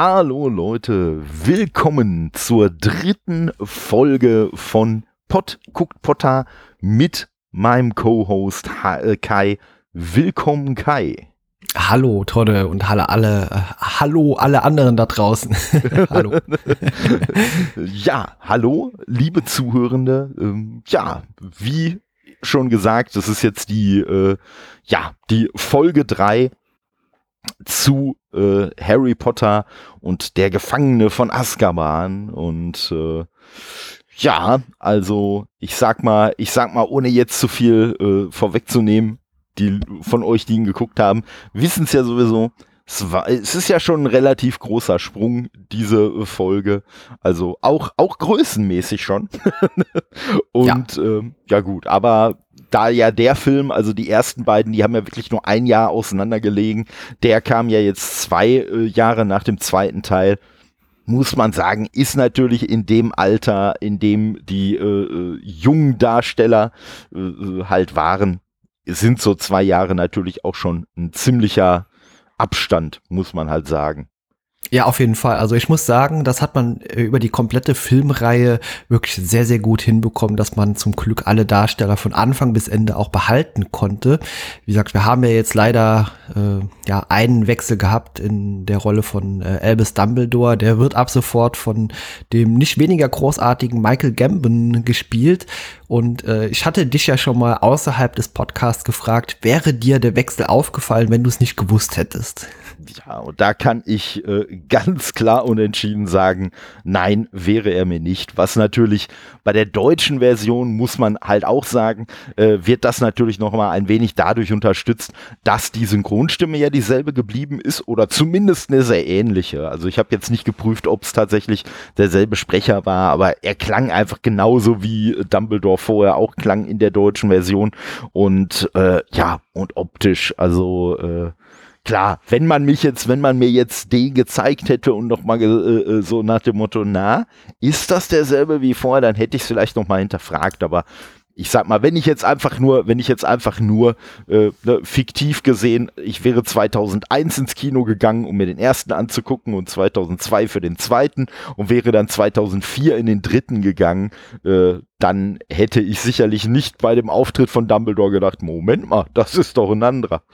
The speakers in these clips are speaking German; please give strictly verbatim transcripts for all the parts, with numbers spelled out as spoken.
Hallo Leute, willkommen zur dritten Folge von Pott guckt Potter mit meinem Co-Host ha- äh, Kai. Willkommen Kai. Hallo Todde und hallo alle, äh, hallo alle anderen da draußen. Hallo. Ja, hallo, liebe Zuhörende. Ähm, ja, wie schon gesagt, das ist jetzt die, äh, ja, die Folge drei zu äh, Harry Potter und der Gefangene von Azkaban. Und äh, ja, also ich sag mal, ich sag mal, ohne jetzt zu viel äh, vorwegzunehmen, die von euch, die ihn geguckt haben, wissen es ja sowieso. Es, war, es ist ja schon ein relativ großer Sprung, diese Folge. Also auch, auch größenmäßig schon. Und ja. Ähm, ja gut, aber da ja der Film, also die ersten beiden, die haben ja wirklich nur ein Jahr auseinandergelegen. Der kam ja jetzt zwei äh, Jahre nach dem zweiten Teil. Muss man sagen, ist natürlich in dem Alter, in dem die äh, äh, jungen Darsteller äh, halt waren, sind so zwei Jahre natürlich auch schon ein ziemlicher Abstand, muss man halt sagen. Ja, auf jeden Fall. Also ich muss sagen, das hat man über die komplette Filmreihe wirklich sehr, sehr gut hinbekommen, dass man zum Glück alle Darsteller von Anfang bis Ende auch behalten konnte. Wie gesagt, wir haben ja jetzt leider äh, ja einen Wechsel gehabt in der Rolle von äh, Albus Dumbledore. Der wird ab sofort von dem nicht weniger großartigen Michael Gambon gespielt. Und äh, ich hatte dich ja schon mal außerhalb des Podcasts gefragt, wäre dir der Wechsel aufgefallen, wenn du es nicht gewusst hättest? Ja, und da kann ich äh, ganz klar und entschieden sagen, nein, wäre er mir nicht. Was natürlich bei der deutschen Version, muss man halt auch sagen, äh, wird das natürlich noch mal ein wenig dadurch unterstützt, dass die Synchronstimme ja dieselbe geblieben ist oder zumindest eine sehr ähnliche. Also ich habe jetzt nicht geprüft, ob es tatsächlich derselbe Sprecher war, aber er klang einfach genauso wie Dumbledore vorher auch klang in der deutschen Version. Und äh, ja, und optisch, also äh, klar, wenn man mich jetzt, wenn man mir jetzt den gezeigt hätte und nochmal äh, so nach dem Motto, na, ist das derselbe wie vorher, dann hätte ich es vielleicht nochmal hinterfragt, aber ich sag mal, wenn ich jetzt einfach nur, wenn ich jetzt einfach nur äh, ne, fiktiv gesehen, ich wäre zweitausendeins ins Kino gegangen, um mir den ersten anzugucken und zweitausendzwei für den zweiten und wäre dann zweitausendvier in den dritten gegangen, äh, dann hätte ich sicherlich nicht bei dem Auftritt von Dumbledore gedacht, Moment mal, das ist doch ein anderer.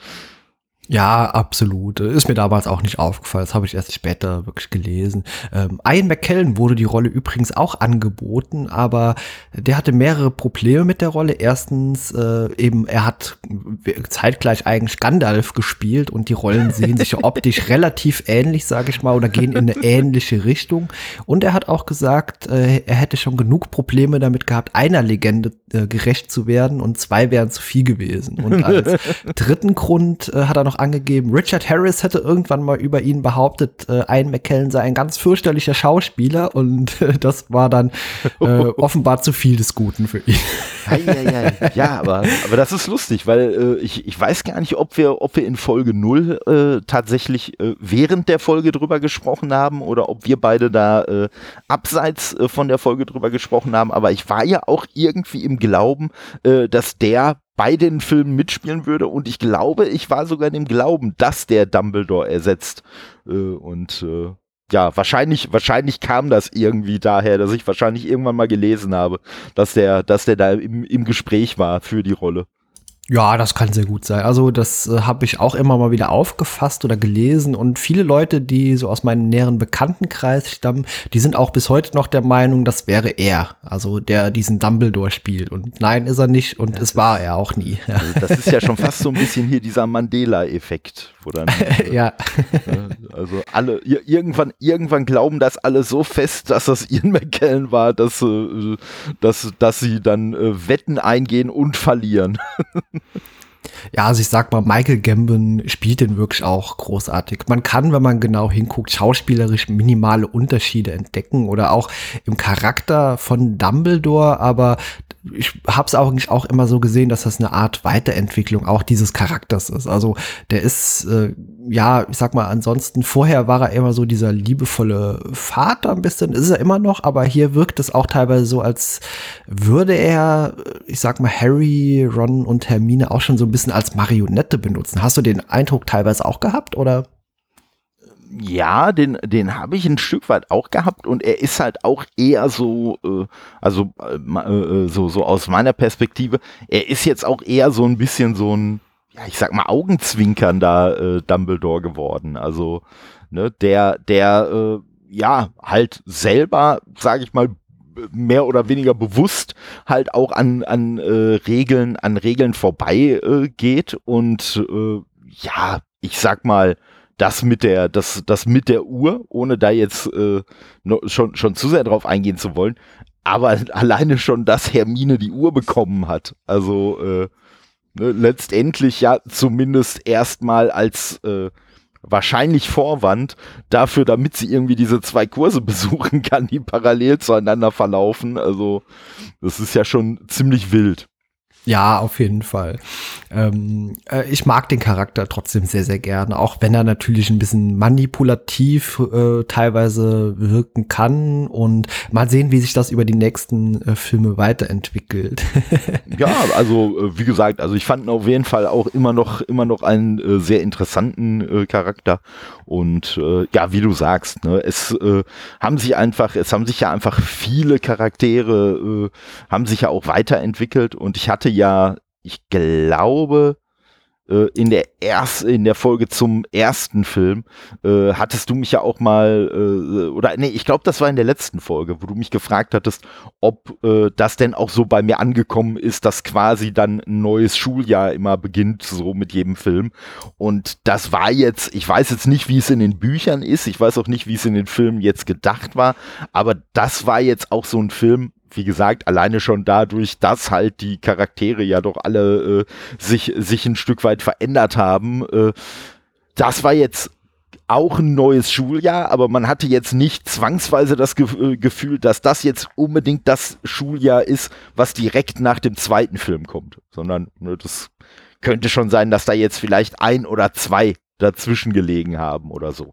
Ja, absolut. Ist mir damals auch nicht aufgefallen. Das habe ich erst später wirklich gelesen. Ähm, Ian McKellen wurde die Rolle übrigens auch angeboten, aber der hatte mehrere Probleme mit der Rolle. Erstens, äh, eben, er hat zeitgleich eigentlich Gandalf gespielt und die Rollen sehen sich ja optisch relativ ähnlich, sage ich mal, oder gehen in eine ähnliche Richtung. Und er hat auch gesagt, äh, er hätte schon genug Probleme damit gehabt, einer Legende äh, gerecht zu werden und zwei wären zu viel gewesen. Und als dritten Grund äh, hat er noch angegeben, Richard Harris hätte irgendwann mal über ihn behauptet, äh, Ian McKellen sei ein ganz fürchterlicher Schauspieler und äh, das war dann äh, offenbar zu viel des Guten für ihn. Ei, ei, ei. Ja, aber, aber das ist lustig, weil äh, ich, ich weiß gar nicht, ob wir, ob wir in Folge null äh, tatsächlich äh, während der Folge drüber gesprochen haben oder ob wir beide da äh, abseits äh, von der Folge drüber gesprochen haben, aber ich war ja auch irgendwie im Glauben, äh, dass der bei den Filmen mitspielen würde und ich glaube, ich war sogar in dem Glauben, dass der Dumbledore ersetzt äh, und äh, ja, wahrscheinlich, wahrscheinlich kam das irgendwie daher, dass ich wahrscheinlich irgendwann mal gelesen habe, dass der, dass der da im, im Gespräch war für die Rolle. Ja, das kann sehr gut sein. Also das äh, habe ich auch immer mal wieder aufgefasst oder gelesen und viele Leute, die so aus meinem näheren Bekanntenkreis stammen, die sind auch bis heute noch der Meinung, das wäre er, also der diesen Dumbledore spielt. Und nein, ist er nicht und ja, es war er auch nie. Also das ist ja schon fast so ein bisschen hier dieser Mandela-Effekt, wo dann ja. äh, also alle irgendwann irgendwann glauben das alle so fest, dass das Ian McKellen war, dass äh, dass dass sie dann äh, Wetten eingehen und verlieren. Ja, also ich sag mal, Michael Gambon spielt den wirklich auch großartig. Man kann, wenn man genau hinguckt, schauspielerisch minimale Unterschiede entdecken oder auch im Charakter von Dumbledore, aber ich habe es eigentlich auch immer so gesehen, dass das eine Art Weiterentwicklung auch dieses Charakters ist. Also der ist, äh, ja, ich sag mal, ansonsten vorher war er immer so dieser liebevolle Vater ein bisschen, ist er immer noch, aber hier wirkt es auch teilweise so, als würde er, ich sag mal, Harry, Ron und Hermine auch schon so ein bisschen als Marionette benutzen. Hast du den Eindruck teilweise auch gehabt, oder? Ja, den, den habe ich ein Stück weit auch gehabt und er ist halt auch eher so, äh, also äh, so, so aus meiner Perspektive, er ist jetzt auch eher so ein bisschen so ein, ja, ich sag mal, augenzwinkernder äh, Dumbledore geworden. Also, ne, der, der, äh, ja, halt selber, sage ich mal, mehr oder weniger bewusst halt auch an, an äh, Regeln, an Regeln vorbei äh, geht und äh, ja, ich sag mal, das mit der, das, das mit der Uhr, ohne da jetzt äh, no, schon, schon zu sehr drauf eingehen zu wollen, aber alleine schon, dass Hermine die Uhr bekommen hat. Also äh, ne, letztendlich ja zumindest erstmal als äh, wahrscheinlich Vorwand dafür, damit sie irgendwie diese zwei Kurse besuchen kann, die parallel zueinander verlaufen. Also das ist ja schon ziemlich wild. Ja, auf jeden Fall. Ähm, äh, ich mag den Charakter trotzdem sehr, sehr gerne, auch wenn er natürlich ein bisschen manipulativ äh, teilweise wirken kann und mal sehen, wie sich das über die nächsten äh, Filme weiterentwickelt. Ja, also äh, wie gesagt, also ich fand ihn auf jeden Fall auch immer noch immer noch einen äh, sehr interessanten äh, Charakter und äh, ja, wie du sagst, ne, es äh, haben sich einfach, es haben sich ja einfach viele Charaktere äh, haben sich ja auch weiterentwickelt und ich hatte ja, ich glaube, äh, in der erst, in der Folge zum ersten Film äh, hattest du mich ja auch mal, äh, oder nee, ich glaube, das war in der letzten Folge, wo du mich gefragt hattest, ob äh, das denn auch so bei mir angekommen ist, dass quasi dann ein neues Schuljahr immer beginnt, so mit jedem Film. Und das war jetzt, ich weiß jetzt nicht, wie es in den Büchern ist, ich weiß auch nicht, wie es in den Filmen jetzt gedacht war, aber das war jetzt auch so ein Film, wie gesagt, alleine schon dadurch, dass halt die Charaktere ja doch alle äh, sich, sich ein Stück weit verändert haben. Äh, das war jetzt auch ein neues Schuljahr, aber man hatte jetzt nicht zwangsweise das Ge- äh, Gefühl, dass das jetzt unbedingt das Schuljahr ist, was direkt nach dem zweiten Film kommt, sondern ne, das könnte schon sein, dass da jetzt vielleicht ein oder zwei dazwischen gelegen haben oder so.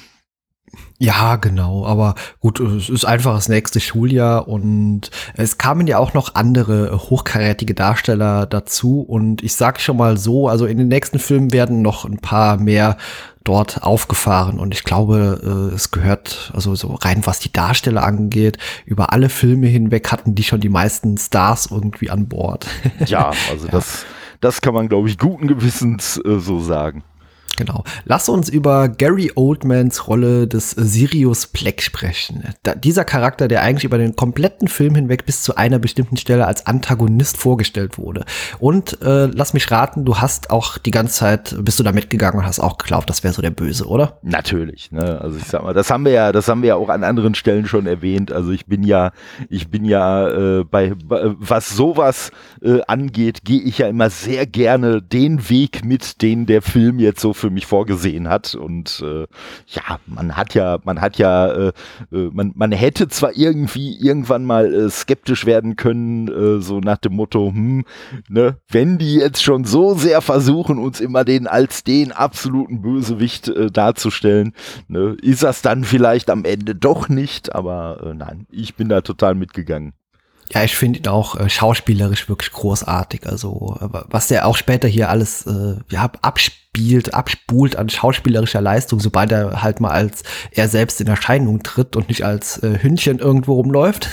Ja, genau, aber gut, es ist einfach das nächste Schuljahr und es kamen ja auch noch andere hochkarätige Darsteller dazu und ich sag schon mal so, also in den nächsten Filmen werden noch ein paar mehr dort aufgefahren und ich glaube, es gehört, also so rein was die Darsteller angeht, über alle Filme hinweg hatten die schon die meisten Stars irgendwie an Bord. Ja, also ja. das, das kann man, glaube ich, guten Gewissens äh, so sagen. Genau. Lass uns über Gary Oldmans Rolle des Sirius Black sprechen. Da, dieser Charakter, der eigentlich über den kompletten Film hinweg bis zu einer bestimmten Stelle als Antagonist vorgestellt wurde. Und äh, lass mich raten, du hast auch die ganze Zeit, bist du da mitgegangen und hast auch geglaubt, das wäre so der Böse, oder? Natürlich, ne? Also ich sag mal, das haben wir ja, das haben wir ja auch an anderen Stellen schon erwähnt. Also ich bin ja, ich bin ja äh, bei, bei was sowas äh, angeht, gehe ich ja immer sehr gerne den Weg mit, den der Film jetzt so für mich vorgesehen hat und äh, ja, man hat ja, man hat ja, äh, äh, man, man hätte zwar irgendwie irgendwann mal äh, skeptisch werden können, äh, so nach dem Motto, hm, ne, wenn die jetzt schon so sehr versuchen, uns immer den als den absoluten Bösewicht äh, darzustellen, ne, ist das dann vielleicht am Ende doch nicht, aber äh, nein, ich bin da total mitgegangen. Ja, ich finde ihn auch äh, schauspielerisch wirklich großartig. Also, was der auch später hier alles äh, ja, abspielt, abspult an schauspielerischer Leistung, sobald er halt mal als er selbst in Erscheinung tritt und nicht als äh, Hündchen irgendwo rumläuft.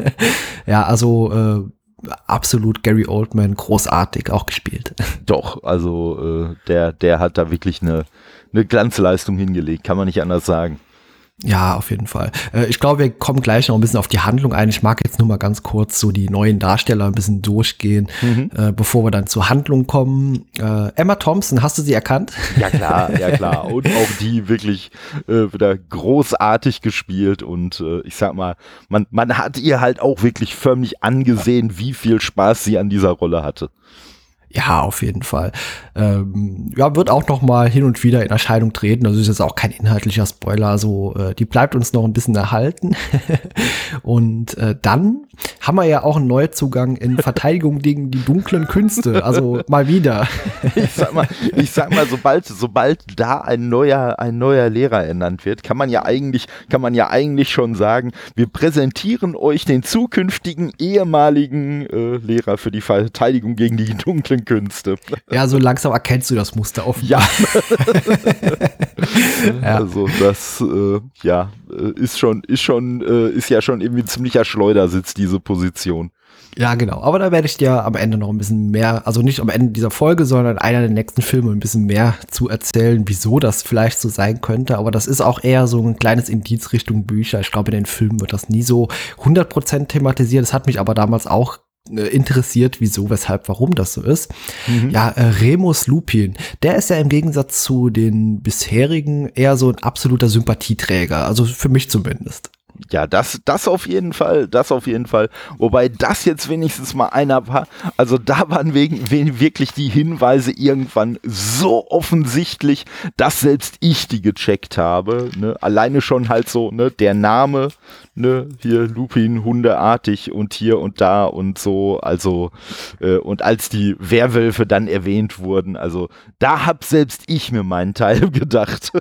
Ja, also äh, absolut Gary Oldman, großartig auch gespielt. Doch, also äh, der, der hat da wirklich eine, eine Glanzleistung hingelegt, kann man nicht anders sagen. Ja, auf jeden Fall. Äh, ich glaube, wir kommen gleich noch ein bisschen auf die Handlung ein. Ich mag jetzt nur mal ganz kurz so die neuen Darsteller ein bisschen durchgehen, mhm. äh, bevor wir dann zur Handlung kommen. Äh, Emma Thompson, hast du sie erkannt? Ja klar, ja klar. Und auch die wirklich äh, wieder großartig gespielt und äh, ich sag mal, man, man hat ihr halt auch wirklich förmlich angesehen, wie viel Spaß sie an dieser Rolle hatte. Ja, auf jeden Fall. Ähm, ja, wird auch noch mal hin und wieder in Erscheinung treten. Also ist jetzt auch kein inhaltlicher Spoiler. Also äh, die bleibt uns noch ein bisschen erhalten. Und äh, dann haben wir ja auch einen Neuzugang in Verteidigung gegen die dunklen Künste. Also mal wieder. Ich sag mal, ich sag mal, sobald, sobald da ein neuer, ein neuer Lehrer ernannt wird, kann man ja eigentlich, kann man ja eigentlich schon sagen, wir präsentieren euch den zukünftigen ehemaligen äh, Lehrer für die Verteidigung gegen die dunklen Künste. Ja, so langsam erkennst du das Muster auf. Ja. Ja. Also das, äh, ja, ist schon, ist schon, äh, ist ja schon irgendwie ein ziemlicher Schleudersitz, diese Position. Ja, genau. Aber da werde ich dir am Ende noch ein bisschen mehr, also nicht am Ende dieser Folge, sondern einer der nächsten Filme ein bisschen mehr zu erzählen, wieso das vielleicht so sein könnte. Aber das ist auch eher so ein kleines Indiz Richtung Bücher. Ich glaube, in den Filmen wird das nie so hundert Prozent thematisiert. Das hat mich aber damals auch äh, interessiert, wieso, weshalb, warum das so ist. Mhm. Ja, äh, Remus Lupin, der ist ja im Gegensatz zu den bisherigen eher so ein absoluter Sympathieträger. Also für mich zumindest. Ja, das, das auf jeden Fall, das auf jeden Fall. Wobei das jetzt wenigstens mal einer war. Also da waren wegen, wegen wirklich die Hinweise irgendwann so offensichtlich, dass selbst ich die gecheckt habe. Ne? Alleine schon halt so, ne, der Name, ne, hier Lupin, hundeartig und hier und da und so. Also, äh, und als die Werwölfe dann erwähnt wurden, also da hab selbst ich mir meinen Teil gedacht.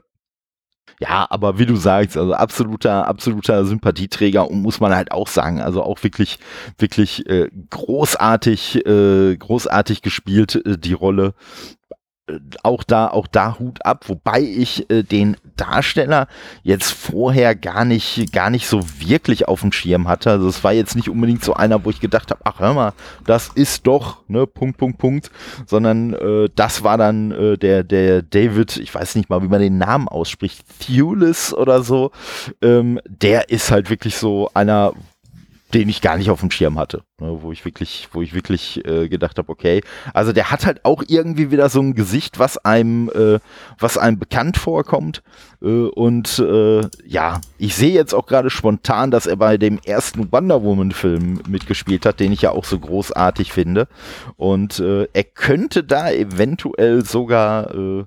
Ja, aber wie du sagst, also absoluter, absoluter Sympathieträger und muss man halt auch sagen, also auch wirklich, wirklich äh, großartig, äh, großartig gespielt, äh, die Rolle. Auch da, auch da Hut ab, wobei ich äh, den Darsteller jetzt vorher gar nicht, gar nicht so wirklich auf dem Schirm hatte. Also es war jetzt nicht unbedingt so einer, wo ich gedacht habe, ach hör mal, das ist doch, ne, Punkt, Punkt, Punkt, sondern äh, das war dann äh, der, der David, ich weiß nicht mal, wie man den Namen ausspricht, Thewlis oder so, ähm, der ist halt wirklich so einer, den ich gar nicht auf dem Schirm hatte, ne, wo ich wirklich, wo ich wirklich äh, gedacht habe, okay, also der hat halt auch irgendwie wieder so ein Gesicht, was einem, äh, was einem bekannt vorkommt, äh, und äh, ja, ich sehe jetzt auch gerade spontan, dass er bei dem ersten Wonder Woman Film mitgespielt hat, den ich ja auch so großartig finde, und äh, er könnte da eventuell sogar äh,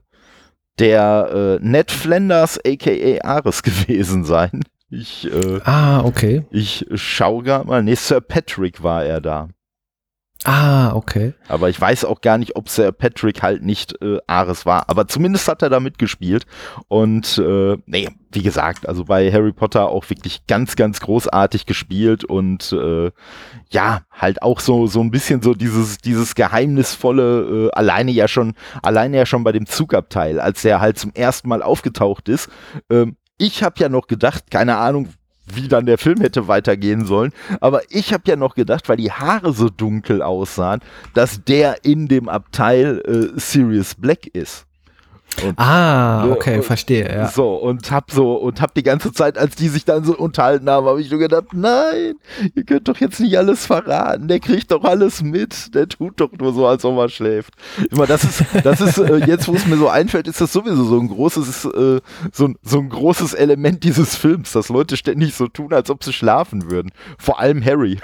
der äh, Ned Flanders aka Ares gewesen sein. Ich, äh, ah, okay. Ich schaue gerade mal. Nee, Sir Patrick war er da. Ah, okay. Aber ich weiß auch gar nicht, ob Sir Patrick halt nicht äh, Ares war. Aber zumindest hat er da mitgespielt. Und äh, nee, wie gesagt, also bei Harry Potter auch wirklich ganz, ganz großartig gespielt. Und äh, ja, halt auch so so ein bisschen so dieses dieses geheimnisvolle, äh, alleine ja schon, alleine ja schon bei dem Zugabteil, als er halt zum ersten Mal aufgetaucht ist. Ähm, Ich habe ja noch gedacht, keine Ahnung, wie dann der Film hätte weitergehen sollen, aber ich habe ja noch gedacht, weil die Haare so dunkel aussahen, dass der in dem Abteil äh, Sirius Black ist. Und, ah, okay, und, verstehe, ja. So, und hab so, und hab die ganze Zeit, als die sich dann so unterhalten haben, habe ich nur gedacht, nein, ihr könnt doch jetzt nicht alles verraten, der kriegt doch alles mit, der tut doch nur so, als ob er schläft. Immer, das ist, das ist, äh, jetzt wo es mir so einfällt, ist das sowieso so ein großes, äh, so, so ein großes Element dieses Films, dass Leute ständig so tun, als ob sie schlafen würden. Vor allem Harry.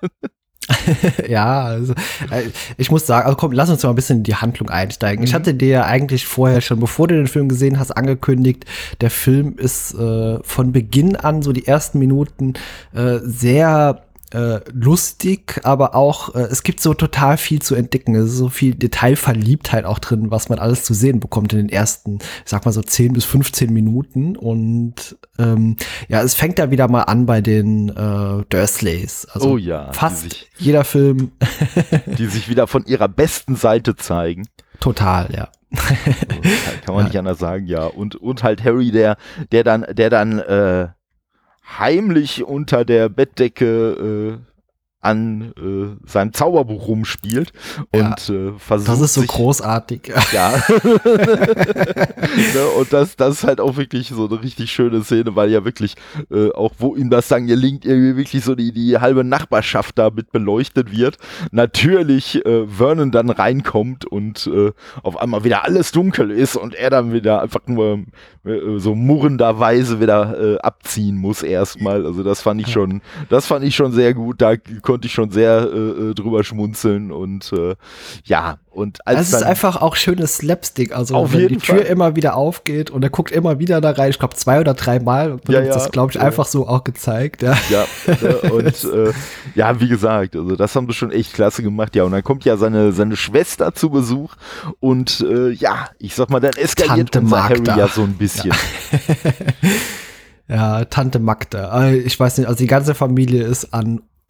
Ja, also, ich muss sagen, also komm, lass uns mal ein bisschen in die Handlung einsteigen. Mhm. Ich hatte dir ja eigentlich vorher schon, bevor du den Film gesehen hast, angekündigt, der Film ist äh, von Beginn an, so die ersten Minuten, äh, sehr äh, lustig, aber auch, äh, es gibt so total viel zu entdecken. Es ist so viel Detailverliebtheit auch drin, was man alles zu sehen bekommt in den ersten, ich sag mal so zehn bis fünfzehn Minuten. Und ähm, ja, es fängt da wieder mal an bei den äh, Dursleys. Also oh ja, fast sich, jeder Film. Die sich wieder von ihrer besten Seite zeigen. Total, ja. Kann man ja nicht anders sagen, ja. Und, und halt Harry, der, der dann, der dann äh, heimlich unter der Bettdecke äh, an äh, seinem Zauberbuch rumspielt und ja, äh, versucht. Das ist so sich, großartig. Ja. Ne, und das, das ist halt auch wirklich so eine richtig schöne Szene, weil ja wirklich äh, auch, wo ihm das dann gelingt, irgendwie wirklich so die, die halbe Nachbarschaft da mit beleuchtet wird. Natürlich äh, Vernon dann reinkommt und äh, auf einmal wieder alles dunkel ist und er dann wieder einfach nur äh, so murrenderweise wieder äh, abziehen muss erstmal. Also das fand ich schon, das fand ich schon sehr gut. Da konnte ich schon sehr äh, drüber schmunzeln und äh, ja, und als es ist einfach auch schönes Slapstick, also auf wenn jeden die Tür Fall immer wieder aufgeht und er guckt immer wieder da rein, ich glaube zwei oder drei Mal und ja, ja, das, glaube ich, ja. einfach so auch gezeigt. Ja, ja äh, und äh, ja, wie gesagt, also das haben sie schon echt klasse gemacht, ja, und dann kommt ja seine, seine Schwester zu Besuch und äh, ja, ich sag mal, dann eskaliert Tante unser Magda. Harry ja so ein bisschen. Ja. Ja, Tante Magda. Ich weiß nicht, also die ganze Familie ist an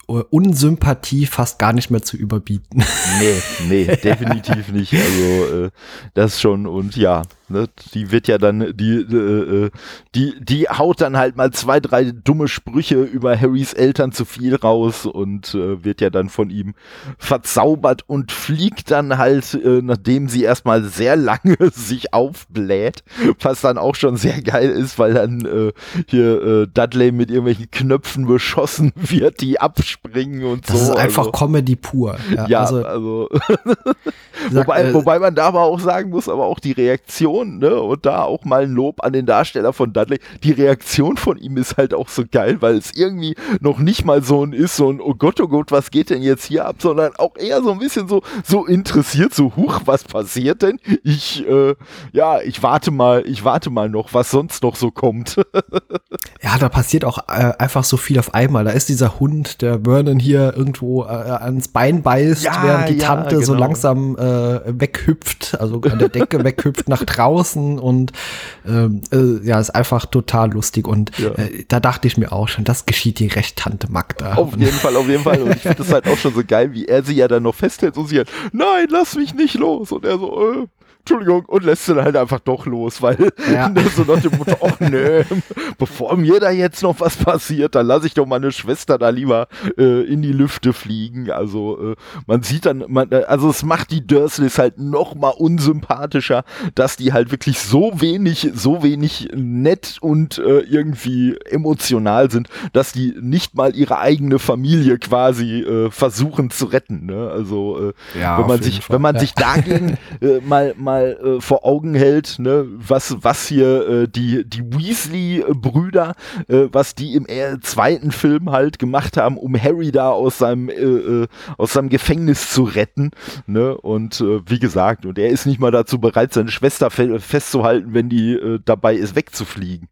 Unsympathie fast gar nicht mehr zu überbieten. Nee, nee, definitiv nicht. Also äh, das schon und ja, ne, die wird ja dann, die, äh, die, die haut dann halt mal zwei, drei dumme Sprüche über Harrys Eltern zu viel raus und äh, wird ja dann von ihm verzaubert und fliegt dann halt, äh, nachdem sie erstmal sehr lange sich aufbläht, was dann auch schon sehr geil ist, weil dann äh, hier äh, Dudley mit irgendwelchen Knöpfen beschossen wird, die abspringen und das so. Das ist einfach also, Comedy pur. Ja, ja also, also sag, wobei, äh, wobei man da aber auch sagen muss, aber auch die Reaktion, ne, und da auch mal ein Lob an den Darsteller von Dudley, die Reaktion von ihm ist halt auch so geil, weil es irgendwie noch nicht mal so ein ist, so ein, oh Gott, oh Gott, was geht denn jetzt hier ab, sondern auch eher so ein bisschen so, so interessiert, so, huch, was passiert denn? Ich, äh, ja, ich warte mal, ich warte mal noch, was sonst noch so kommt. Ja, da passiert auch äh, einfach so viel auf einmal. Da ist dieser Hund, der Vernon hier irgendwo äh, ans Bein beißt, Ja, während die ja, Tante so genau. langsam äh, weghüpft, also an der Decke weghüpft nach draußen und ähm, äh, ja, ist einfach total lustig und Ja. äh, da dachte ich mir auch schon, das geschieht die recht Tante Magda. Auf jeden Fall, auf jeden Fall. Und ich finde das halt auch schon so geil, wie er sie ja dann noch festhält und sie halt, nein, lass mich nicht los. Und er so, äh, Entschuldigung, und lässt sie dann halt einfach doch los, weil Ja. ne, so nach dem Motto, ach nö, bevor mir da jetzt noch was passiert, dann lasse ich doch meine Schwester da lieber äh, in die Lüfte fliegen. Also äh, man sieht dann, man, also es macht die Dursleys halt noch mal unsympathischer, dass die halt wirklich so wenig, so wenig nett und äh, irgendwie emotional sind, dass die nicht mal ihre eigene Familie quasi äh, versuchen zu retten. Ne? Also äh, Ja, wenn auf man jeden sich, Fall. wenn man Ja. sich dagegen äh, mal mal äh, vor Augen hält, ne, was was hier äh, die die Weasley-Brüder, äh, was die im äh, zweiten Film halt gemacht haben, um Harry da aus seinem äh, äh, aus seinem Gefängnis zu retten, ne, und äh, wie gesagt, und er ist nicht mal dazu bereit, seine Schwester fe festzuhalten, wenn die äh, dabei ist, wegzufliegen.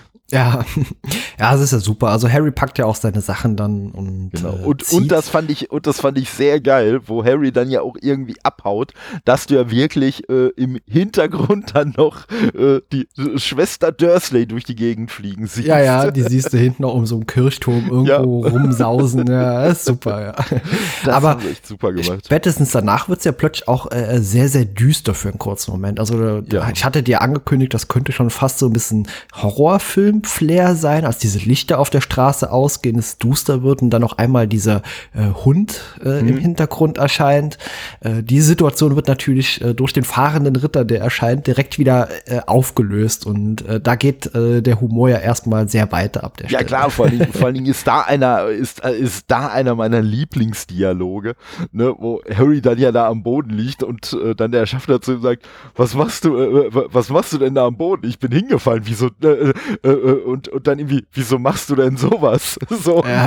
Ja, ja, das ist ja super. Also Harry packt ja auch seine Sachen dann und Genau. äh, Und, zieht. und das fand ich, und das fand ich sehr geil, wo Harry dann ja auch irgendwie abhaut, dass du ja wirklich äh, im Hintergrund dann noch äh, die Schwester Dursley durch die Gegend fliegen siehst. Ja, ja, die siehst du hinten noch um so einen Kirchturm irgendwo Ja. rumsausen. Ja, das ist super, ja. Das Aber haben sie echt super gemacht. spätestens danach wird's ja plötzlich auch äh, sehr, sehr düster für einen kurzen Moment. Also äh, Ja. ich hatte dir angekündigt, das könnte schon fast so ein bisschen Horrorfilm-Flair sein, als diese Lichter auf der Straße ausgehen, es duster wird und dann noch einmal dieser äh, Hund äh, Mhm. im Hintergrund erscheint. Äh, die Situation wird natürlich äh, durch den fahrenden Ritter, der erscheint, direkt wieder äh, aufgelöst und äh, da geht äh, der Humor ja erstmal sehr weiter ab der Ja Stelle. klar, vor allen Dingen, vor allen Dingen ist da einer, ist, äh, ist da einer meiner Lieblingsdialoge, ne, wo Harry dann ja da am Boden liegt und äh, dann der Schaffner zu ihm sagt, was machst du, äh, was machst du denn da am Boden? Ich bin hingefallen, wieso, äh, äh, äh, und, und dann irgendwie, wieso machst du denn sowas? So, Ja.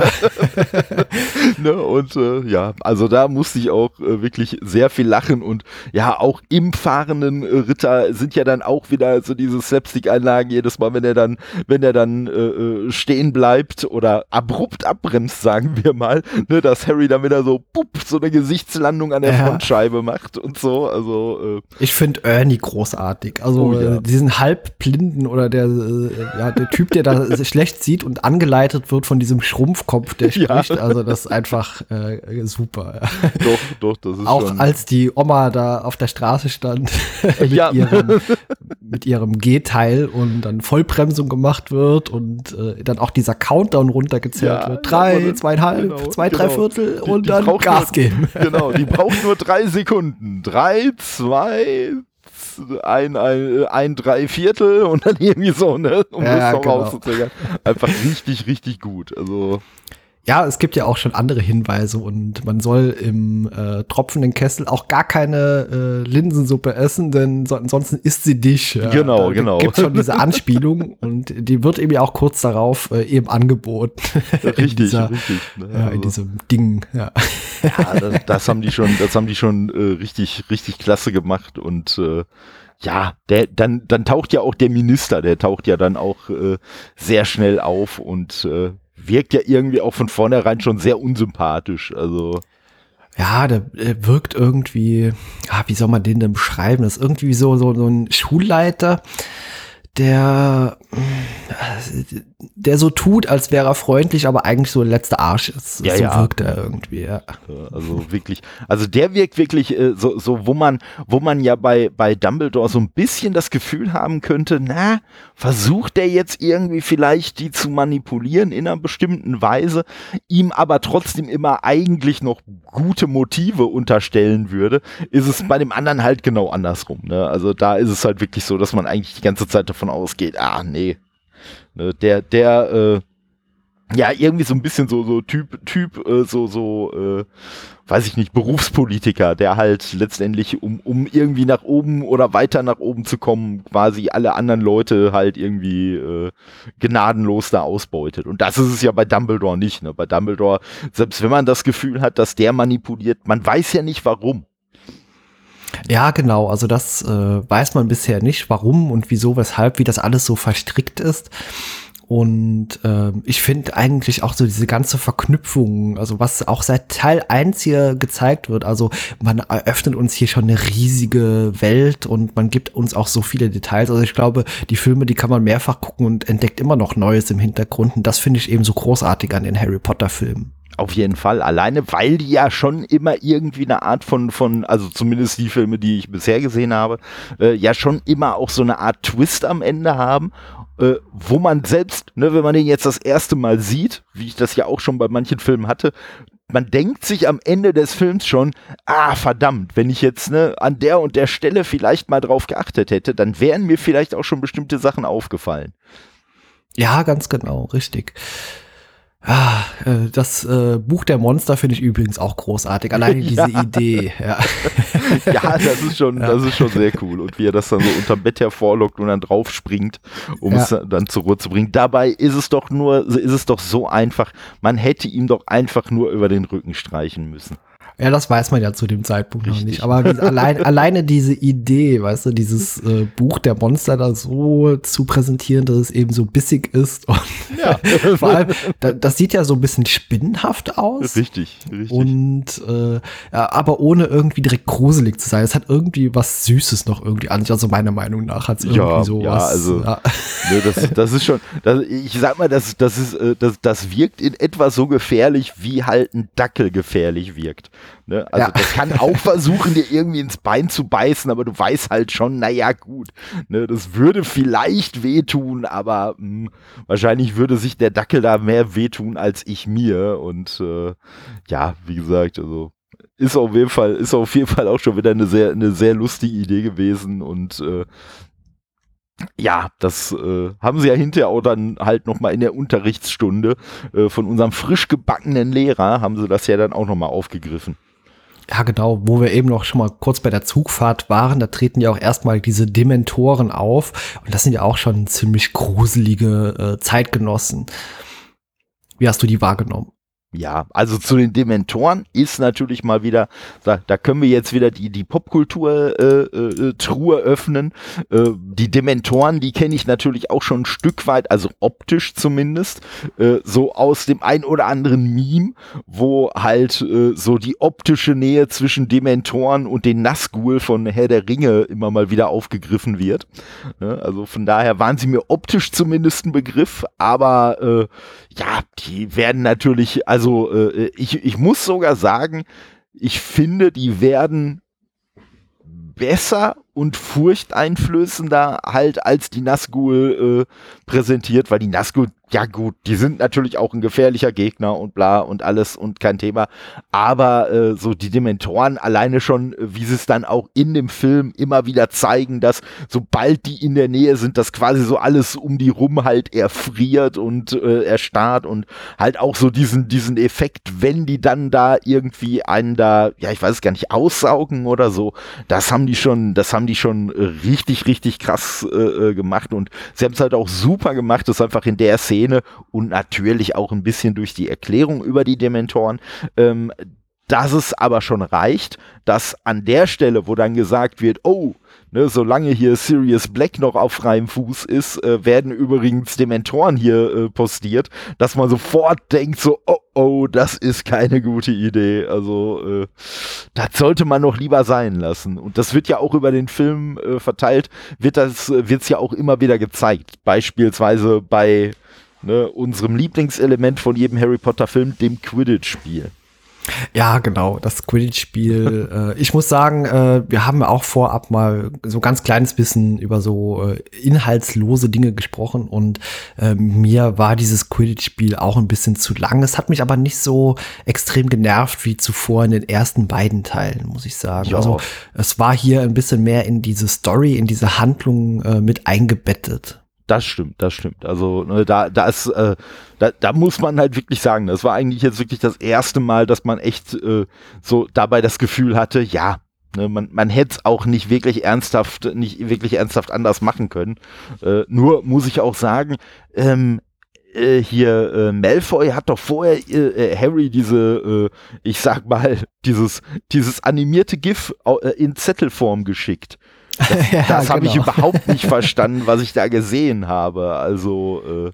ne, und äh, ja, also da musste ich auch äh, wirklich sehr viel lachen und ja, auch im fahrenden äh, Ritter sind ja dann auch wieder so diese Slapstick-Einlagen jedes Mal, wenn er dann, wenn er dann äh, äh, stehen bleibt oder abrupt abbremst, sagen wir mal, ne, dass Harry dann wieder so, pup, so eine Gesichtslandung an der Ja. Frontscheibe macht und so, also äh, Ich finde Ernie großartig. Also Oh ja. äh, diesen Halbblinden oder der, äh, ja, der Typ, der da schlecht sieht und angeleitet wird von diesem Schrumpfkopf, der Ja. spricht. Also das ist einfach äh, super. Ja. doch, doch, das ist Auch schon... als die Oma da auf der Straße stand mit, Ja. ihrem, mit ihrem G-Teil und dann Vollbremsung gemacht wird und äh, dann auch dieser Countdown runtergezählt Ja, wird. Drei, ja, zweieinhalb, genau, zwei, drei genau. Viertel Die- und die dann braucht Gas nur- geben. Genau, die braucht nur drei Sekunden. Drei, zwei, ein, ein, ein drei Viertel und dann irgendwie so, ne? Um Ja, das noch genau. rauszuzögern. Einfach richtig, richtig gut. Also, Ja, es gibt ja auch schon andere Hinweise und man soll im äh, tropfenden Kessel auch gar keine äh, Linsensuppe essen, denn so, ansonsten isst sie dich. Ja. Genau, da genau. Gibt schon diese Anspielung und die wird eben auch kurz darauf äh, eben angeboten. in richtig, dieser, richtig. Ne? ja, in Also, diesem Ding. Ja. ja, das, das haben die schon, das haben die schon äh, richtig, richtig klasse gemacht und äh, ja, der, dann, dann taucht ja auch der Minister, der taucht ja dann auch äh, sehr schnell auf und äh, wirkt ja irgendwie auch von vornherein schon sehr unsympathisch. Also Ja, der, der wirkt irgendwie, ah, wie soll man den denn beschreiben? Das ist irgendwie so, so, so ein Schulleiter, der, der so tut, als wäre er freundlich, aber eigentlich so ein letzter Arsch ist. Ja, so ja. wirkt er irgendwie, ja. Also wirklich, also der wirkt wirklich äh, so, so, wo man, wo man ja bei, bei Dumbledore so ein bisschen das Gefühl haben könnte, na, versucht der jetzt irgendwie vielleicht die zu manipulieren in einer bestimmten Weise, ihm aber trotzdem immer eigentlich noch gute Motive unterstellen würde, ist es bei dem anderen halt genau andersrum, ne? Also da ist es halt wirklich so, dass man eigentlich die ganze Zeit davon ausgeht, ah, nee, ne, der, der, äh, ja, irgendwie so ein bisschen so, so Typ, Typ, äh, so, so, äh, weiß ich nicht, Berufspolitiker, der halt letztendlich, um, um irgendwie nach oben oder weiter nach oben zu kommen, quasi alle anderen Leute halt irgendwie äh, gnadenlos da ausbeutet. Und das ist es ja bei Dumbledore nicht, ne? Bei Dumbledore, selbst wenn man das Gefühl hat, dass der manipuliert, man weiß ja nicht warum. Ja, genau. Also das äh, weiß man bisher nicht, warum und wieso, weshalb, wie das alles so verstrickt ist. Und äh, ich finde eigentlich auch so diese ganze Verknüpfung, also was auch seit Teil eins hier gezeigt wird, also man eröffnet uns hier schon eine riesige Welt und man gibt uns auch so viele Details. Also ich glaube, die Filme, die kann man mehrfach gucken und entdeckt immer noch Neues im Hintergrund. Und das finde ich eben so großartig an den Harry Potter Filmen. Auf jeden Fall, alleine, weil die ja schon immer irgendwie eine Art von, von, also zumindest die Filme, die ich bisher gesehen habe, äh, ja schon immer auch so eine Art Twist am Ende haben, äh, wo man selbst, ne, wenn man den jetzt das erste Mal sieht, wie ich das ja auch schon bei manchen Filmen hatte, man denkt sich am Ende des Films schon, ah, verdammt, wenn ich jetzt ne, an der und der Stelle vielleicht mal drauf geachtet hätte, dann wären mir vielleicht auch schon bestimmte Sachen aufgefallen. Ja, ganz genau, richtig. Ah, äh, das äh, Buch der Monster finde ich übrigens auch großartig. Alleine diese ja. Idee. Ja. ja, das ist schon, ja. das ist schon sehr cool. Und wie er das dann so unterm Bett hervorlockt und dann drauf springt, um ja. es dann zur Ruhe zu bringen. Dabei ist es doch nur, ist es doch so einfach. Man hätte ihm doch einfach nur über den Rücken streichen müssen. Ja, das weiß man ja zu dem Zeitpunkt Richtig. noch nicht. Aber wie, allein, alleine diese Idee, weißt du, dieses äh, Buch der Monster da so zu präsentieren, dass es eben so bissig ist. Und ja. vor allem, da, das sieht ja so ein bisschen spinnenhaft aus. Richtig, richtig. Und äh, ja, aber ohne irgendwie direkt gruselig zu sein. Es hat irgendwie was Süßes noch irgendwie an sich. Also meiner Meinung nach hat es irgendwie ja, so ja, was. Also, ja, ne, das, das ist schon, das, ich sag mal, das, das, ist, das, das wirkt in etwa so gefährlich, wie halt ein Dackel gefährlich wirkt. Ne? Also ja. das kann auch versuchen, dir irgendwie ins Bein zu beißen, aber du weißt halt schon, naja gut, ne, das würde vielleicht wehtun, aber mh, wahrscheinlich würde sich der Dackel da mehr wehtun als ich mir. Und äh, ja, wie gesagt, also ist auf jeden Fall, ist auf jeden Fall auch schon wieder eine sehr, eine sehr lustige Idee gewesen und äh, ja, das äh, haben sie ja hinterher auch dann halt nochmal in der Unterrichtsstunde äh, von unserem frisch gebackenen Lehrer, haben sie das ja dann auch nochmal aufgegriffen. Ja, genau, wo wir eben noch schon mal kurz bei der Zugfahrt waren, da treten ja auch erstmal diese Dementoren auf und das sind ja auch schon ziemlich gruselige äh, Zeitgenossen. Wie hast du die wahrgenommen? Ja, also zu den Dementoren ist natürlich mal wieder, da, da können wir jetzt wieder die, die Popkultur-Truhe äh, äh, öffnen. Äh, die Dementoren, die kenne ich natürlich auch schon ein Stück weit, also optisch zumindest, äh, so aus dem ein oder anderen Meme, wo halt äh, so die optische Nähe zwischen Dementoren und den Nazgul von Herr der Ringe immer mal wieder aufgegriffen wird. Ne? Also von daher waren sie mir optisch zumindest ein Begriff, aber äh, ja, die werden natürlich, also Also äh, ich, ich muss sogar sagen, ich finde, die werden besser und furchteinflößender halt als die Nazgul äh, präsentiert, weil die Nazgul, ja gut, die sind natürlich auch ein gefährlicher Gegner und bla und alles und kein Thema, aber äh, so die Dementoren alleine schon, wie sie es dann auch in dem Film immer wieder zeigen, dass sobald die in der Nähe sind, dass quasi so alles um die rum halt erfriert und äh, erstarrt und halt auch so diesen, diesen Effekt, wenn die dann da irgendwie einen da, ja ich weiß es gar nicht, aussaugen oder so, das haben die schon, das haben die schon richtig, richtig krass äh, gemacht und sie haben es halt auch super gemacht, das einfach in der Szene und natürlich auch ein bisschen durch die Erklärung über die Dementoren, ähm, dass es aber schon reicht, dass an der Stelle, wo dann gesagt wird, oh, ne, solange hier Sirius Black noch auf freiem Fuß ist, äh, werden übrigens Dementoren hier äh, postiert, dass man sofort denkt so, oh, oh, das ist keine gute Idee. Also äh, das sollte man noch lieber sein lassen. Und das wird ja auch über den Film äh, verteilt, wird das äh, wird's ja auch immer wieder gezeigt. Beispielsweise bei ne, unserem Lieblingselement von jedem Harry Potter Film, dem Quidditch-Spiel. Ja, genau, das Quidditch-Spiel. äh, ich muss sagen, äh, wir haben auch vorab mal so ganz kleines bisschen über so äh, inhaltslose Dinge gesprochen und äh, mir war dieses Quidditch-Spiel auch ein bisschen zu lang. Es hat mich aber nicht so extrem genervt wie zuvor in den ersten beiden Teilen, muss ich sagen. Ja. Also es war hier ein bisschen mehr in diese Story, in diese Handlung äh, mit eingebettet. Das stimmt, das stimmt. Also ne, da, da ist, äh, da, da muss man halt wirklich sagen, das war eigentlich jetzt wirklich das erste Mal, dass man echt äh, so dabei das Gefühl hatte, ja, ne, man, man hätte es auch nicht wirklich ernsthaft, nicht wirklich ernsthaft anders machen können. Äh, nur muss ich auch sagen, ähm, äh, hier äh, Malfoy hat doch vorher äh, Harry diese, äh, ich sag mal, dieses, dieses animierte GIF äh, in Zettelform geschickt. Das, ja, das habe genau. ich überhaupt nicht verstanden, was ich da gesehen habe. Also, äh,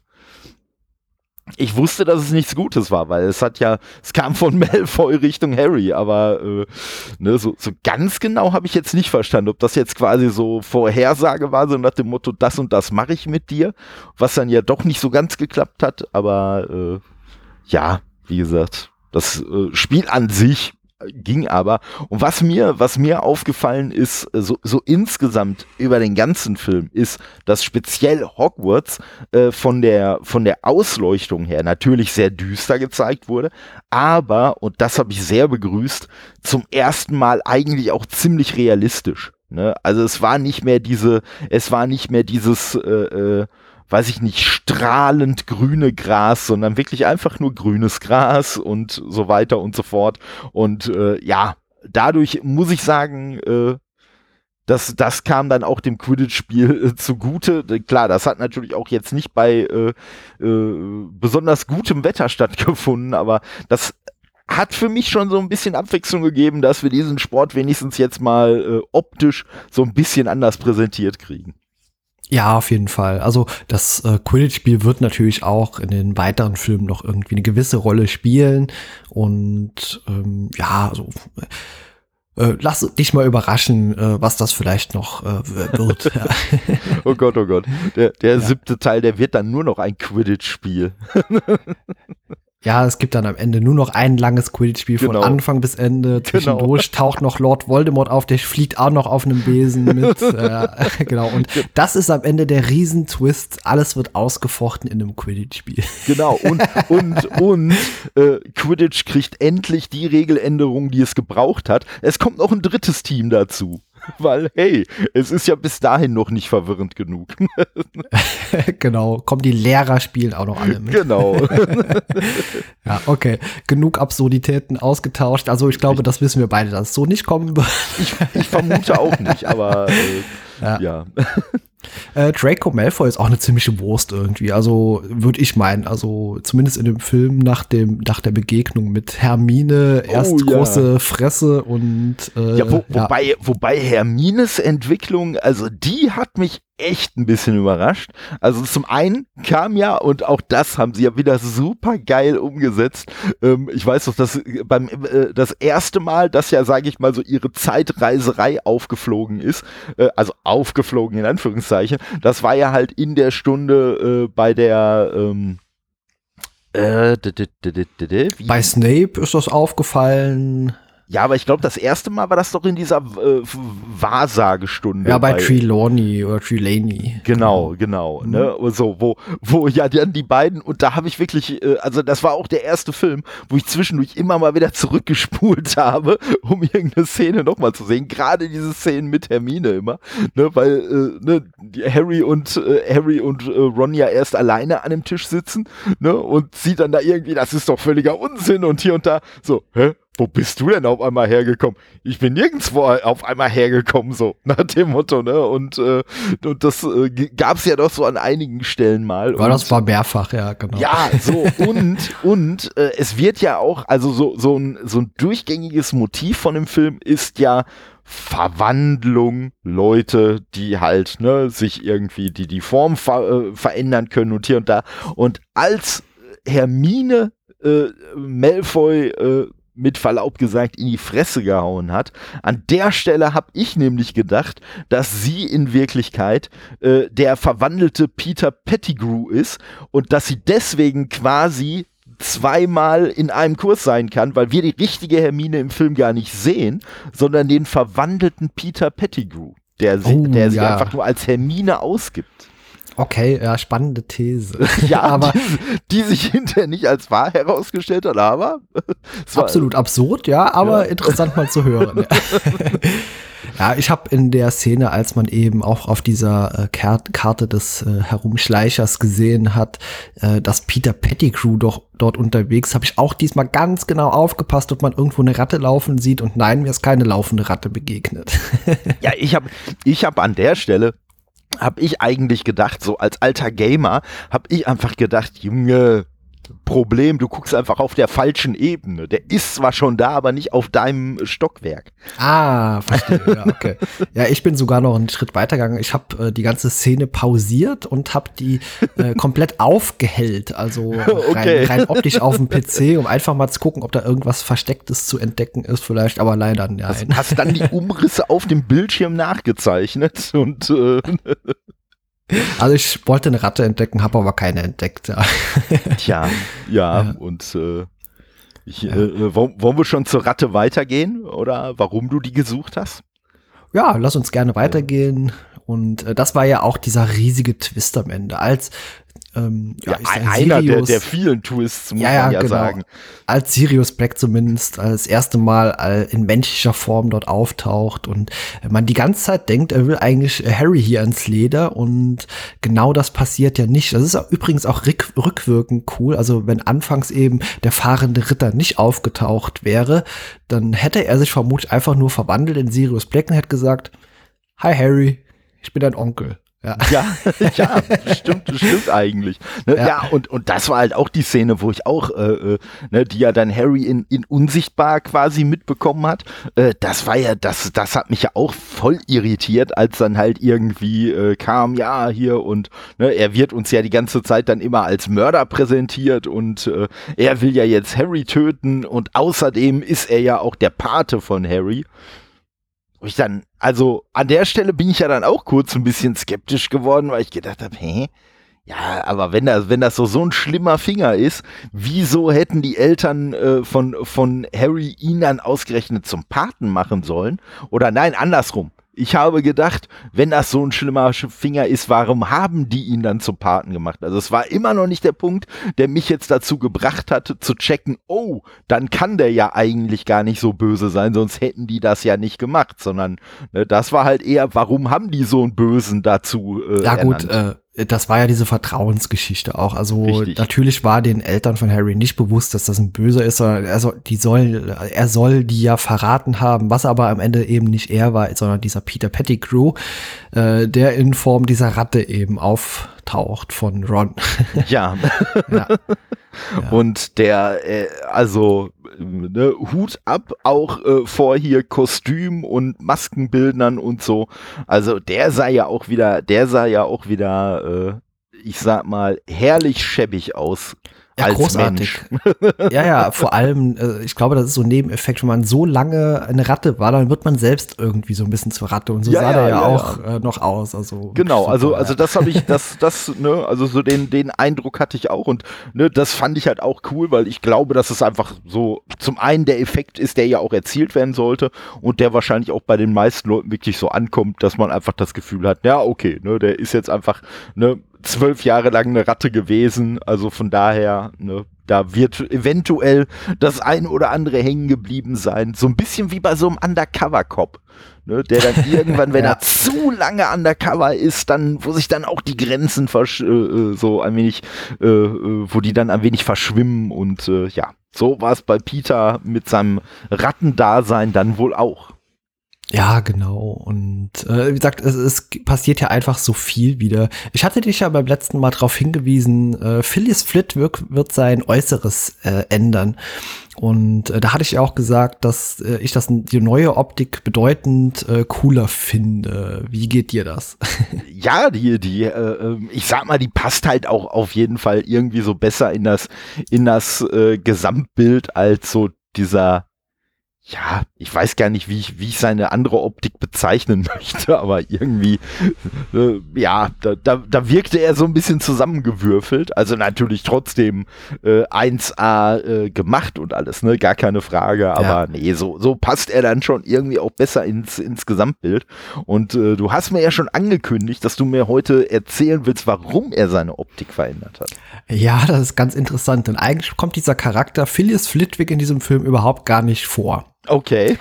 ich wusste, dass es nichts Gutes war, weil es hat ja, es kam von Malfoy Richtung Harry, aber äh, ne, so, so ganz genau habe ich jetzt nicht verstanden, ob das jetzt quasi so Vorhersage war, so nach dem Motto, das und das mache ich mit dir, was dann ja doch nicht so ganz geklappt hat, aber äh, ja, wie gesagt, das äh, Spiel an sich ging aber. Und was mir, was mir aufgefallen ist, so, so insgesamt über den ganzen Film, ist, dass speziell Hogwarts äh, von der, von der Ausleuchtung her natürlich sehr düster gezeigt wurde, aber, und das habe ich sehr begrüßt, zum ersten Mal eigentlich auch ziemlich realistisch. Ne? Also es war nicht mehr diese, es war nicht mehr dieses, äh, äh, weiß ich nicht, strahlend grüne Gras, sondern wirklich einfach nur grünes Gras und so weiter und so fort. Und äh, ja, dadurch muss ich sagen, äh, das, das kam dann auch dem Quidditch-Spiel äh, zugute. Klar, das hat natürlich auch jetzt nicht bei äh, äh, besonders gutem Wetter stattgefunden, aber das hat für mich schon so ein bisschen Abwechslung gegeben, dass wir diesen Sport wenigstens jetzt mal äh, optisch so ein bisschen anders präsentiert kriegen. Ja, auf jeden Fall. Also das äh, Quidditch-Spiel wird natürlich auch in den weiteren Filmen noch irgendwie eine gewisse Rolle spielen. Und ähm, ja, also äh, lass dich mal überraschen, äh, was das vielleicht noch äh, wird. Ja. Oh Gott, oh Gott. Der, der Ja. siebte Teil, der wird dann nur noch ein Quidditch-Spiel. Ja, es gibt dann am Ende nur noch ein langes Quidditch-Spiel von Genau. Anfang bis Ende. Zwischendurch taucht noch Lord Voldemort auf, der fliegt auch noch auf einem Besen mit. äh, genau, und das ist am Ende der Riesentwist. Alles wird ausgefochten in einem Quidditch-Spiel. Genau, und, und, und äh, Quidditch kriegt endlich die Regeländerung, die es gebraucht hat. Es kommt noch ein drittes Team dazu. Weil, hey, es ist ja bis dahin noch nicht verwirrend genug. Genau, kommen die Lehrer spielen auch noch alle mit. Genau. Ja, okay, genug Absurditäten ausgetauscht. Also ich glaube, das wissen wir beide, dass es so nicht kommen wird. Ich, ich vermute auch nicht, aber äh, Ja. ja. Äh, Draco Malfoy ist auch eine ziemliche Wurst irgendwie. Also würde ich meinen, also zumindest in dem Film nach dem nach der Begegnung mit Hermine, erst Oh, ja. große Fresse und äh, Ja, wo, ja. wobei, wobei Hermines Entwicklung, also die hat mich echt ein bisschen überrascht. Also zum einen kam ja, und auch das haben sie ja wieder super geil umgesetzt. Ähm, ich weiß doch, dass beim äh, das erste Mal, dass ja, sage ich mal, so ihre Zeitreiserei aufgeflogen ist, äh, also aufgeflogen in Anführungszeichen, das war ja halt in der Stunde äh, bei der ähm, äh, d- d- d- d- d- d- wie- Bei Snape ist das aufgefallen. ja, aber ich glaube, das erste Mal war das doch in dieser äh, Wahrsagestunde. Ja, bei Trelawney oder Trelawney. Genau, genau, Mhm. ne, und so, wo, wo ja dann die beiden, und da habe ich wirklich, äh, also das war auch der erste Film, wo ich zwischendurch immer mal wieder zurückgespult habe, um irgendeine Szene nochmal zu sehen, gerade diese Szenen mit Hermine immer, ne, weil, äh, ne, die Harry und, äh, Harry und äh, Ron ja erst alleine an dem Tisch sitzen, ne, und sieht dann da irgendwie, das ist doch völliger Unsinn und hier und da, so, hä? wo bist du denn auf einmal hergekommen? Ich bin nirgendwo auf einmal hergekommen, so nach dem Motto, ne? Und, äh, und das äh, gab es ja doch so an einigen Stellen mal. Ja, das war mehrfach, ja, genau. Ja, so, und, und äh, es wird ja auch, also so, so, ein, so ein durchgängiges Motiv von dem Film ist ja Verwandlung, Leute, die halt, ne, sich irgendwie, die die Form ver äh, verändern können und hier und da. Und als Hermine äh, Malfoy äh, mit Verlaub gesagt in die Fresse gehauen hat. An der Stelle habe ich nämlich gedacht, dass sie in Wirklichkeit äh, der verwandelte Peter Pettigrew ist und dass sie deswegen quasi zweimal in einem Kurs sein kann, weil wir die richtige Hermine im Film gar nicht sehen, sondern den verwandelten Peter Pettigrew, der, sie, oh, der sich ja. einfach nur als Hermine ausgibt. Okay, ja, spannende These. Ja, aber die, die sich hinterher nicht als wahr herausgestellt hat, aber absolut absurd, ja, aber ja. Interessant mal zu hören. Ja, ja ich habe in der Szene, als man eben auch auf dieser äh, Kart- Karte des äh, Herumschleichers gesehen hat, äh, dass Peter Pettigrew doch dort unterwegs, habe ich auch diesmal ganz genau aufgepasst, ob man irgendwo eine Ratte laufen sieht und nein, mir ist keine laufende Ratte begegnet. Ja, ich habe ich hab an der Stelle habe ich eigentlich gedacht, so als alter Gamer, habe ich einfach gedacht, Junge, Problem, du guckst einfach auf der falschen Ebene. Der ist zwar schon da, aber nicht auf deinem Stockwerk. Ah, verstehe, ja, okay. Ja, ich bin sogar noch einen Schritt weitergegangen. Ich habe äh, die ganze Szene pausiert und habe die äh, komplett aufgehellt, also okay. rein, rein optisch auf dem P C, um einfach mal zu gucken, ob da irgendwas Verstecktes zu entdecken ist vielleicht, aber leider nein. Hast, hast dann die Umrisse auf dem Bildschirm nachgezeichnet und äh, also ich wollte eine Ratte entdecken, habe aber keine entdeckt. Ja. Tja, ja, ja. und äh, ich, ja. Äh, wollen, wollen wir schon zur Ratte weitergehen oder warum du die gesucht hast? Ja, lass uns gerne weitergehen. Und äh, das war ja auch dieser riesige Twist am Ende, als Ähm, ja, ja, einer Sirius, der, der vielen Twists, muss ja, man ja genau. sagen. Als Sirius Black zumindest als erste Mal in menschlicher Form dort auftaucht und man die ganze Zeit denkt, er will eigentlich Harry hier ans Leder und genau das passiert ja nicht. Das ist übrigens auch rück, rückwirkend cool. Also wenn anfangs eben der fahrende Ritter nicht aufgetaucht wäre, dann hätte er sich vermutlich einfach nur verwandelt in Sirius Black und hätte gesagt, hi Harry, ich bin dein Onkel. Ja, ja, ja, stimmt, stimmt eigentlich. Ne, ja. ja, und, und das war halt auch die Szene, wo ich auch, äh, ne, die ja dann Harry in, in unsichtbar quasi mitbekommen hat. Äh, das war ja, das, das hat mich ja auch voll irritiert, als dann halt irgendwie äh, kam, ja, hier und ne, er wird uns ja die ganze Zeit dann immer als Mörder präsentiert und äh, er will ja jetzt Harry töten und außerdem ist er ja auch der Pate von Harry. Und ich dann, also an der Stelle bin ich ja dann auch kurz ein bisschen skeptisch geworden, weil ich gedacht habe, hä? Ja, aber wenn das, wenn das so, so ein schlimmer Finger ist, wieso hätten die Eltern äh, von, von Harry ihn dann ausgerechnet zum Paten machen sollen? Oder nein, andersrum. Ich habe gedacht, wenn das so ein schlimmer Finger ist, warum haben die ihn dann zum Paten gemacht? Also es war immer noch nicht der Punkt, der mich jetzt dazu gebracht hat, zu checken, oh, dann kann der ja eigentlich gar nicht so böse sein, sonst hätten die das ja nicht gemacht, sondern ne, das war halt eher, warum haben die so einen Bösen dazu äh, Ja gut, ernannt? äh, das war ja diese Vertrauensgeschichte auch. Also Richtig. Natürlich war den Eltern von Harry nicht bewusst, dass das ein Böser ist, sondern er soll, die soll, er soll die ja verraten haben, was aber am Ende eben nicht er war, sondern dieser Peter Pettigrew, äh, der in Form dieser Ratte eben auftaucht von Ron. Ja. ja. Ja. Und der, äh, also ne, Hut ab auch äh, vor hier Kostüm und Maskenbildnern und so. Also der sah ja auch wieder, der sah ja auch wieder, äh, ich sag mal, herrlich schäbig aus. Ja, als großartig. Mensch. Ja, ja, vor allem, äh, ich glaube, das ist so ein Nebeneffekt, wenn man so lange eine Ratte war, dann wird man selbst irgendwie so ein bisschen zur Ratte und so ja, sah ja, der ja, ja auch ja. Äh, noch aus. Also genau, super, also ja. also das habe ich, das das ne, also so den den Eindruck hatte ich auch und ne, das fand ich halt auch cool, weil ich glaube, dass es einfach so zum einen der Effekt ist, der ja auch erzielt werden sollte und der wahrscheinlich auch bei den meisten Leuten wirklich so ankommt, dass man einfach das Gefühl hat, ja okay, ne, der ist jetzt einfach ne zwölf Jahre lang eine Ratte gewesen, also von daher, ne, da wird eventuell das ein oder andere hängen geblieben sein. So ein bisschen wie bei so einem Undercover-Cop, ne, der dann irgendwann, wenn ja. er zu lange undercover ist, dann, wo sich dann auch die Grenzen versch- äh, so ein wenig, äh, wo die dann ein wenig verschwimmen und äh, ja, so war es bei Peter mit seinem Rattendasein dann wohl auch. Ja, genau. Und äh, wie gesagt, es, es passiert ja einfach so viel wieder. Ich hatte dich ja beim letzten Mal darauf hingewiesen, äh, Phileas Flitwick wird sein Äußeres äh, ändern. Und äh, da hatte ich ja auch gesagt, dass äh, ich das die neue Optik bedeutend äh, cooler finde. Wie geht dir das? Ja, die, die, äh, ich sag mal, die passt halt auch auf jeden Fall irgendwie so besser in das, in das äh, Gesamtbild als so dieser, ja, ich weiß gar nicht, wie ich, wie ich seine andere Optik bezeichnen möchte, aber irgendwie, äh, ja, da, da, da wirkte er so ein bisschen zusammengewürfelt, also natürlich trotzdem äh, eins A äh, gemacht und alles, ne, gar keine Frage, aber ja. nee, so, so passt er dann schon irgendwie auch besser ins, ins Gesamtbild und äh, du hast mir ja schon angekündigt, dass du mir heute erzählen willst, warum er seine Optik verändert hat. Ja, das ist ganz interessant, denn eigentlich kommt dieser Charakter Phileas Flitwick in diesem Film überhaupt gar nicht vor. Okay.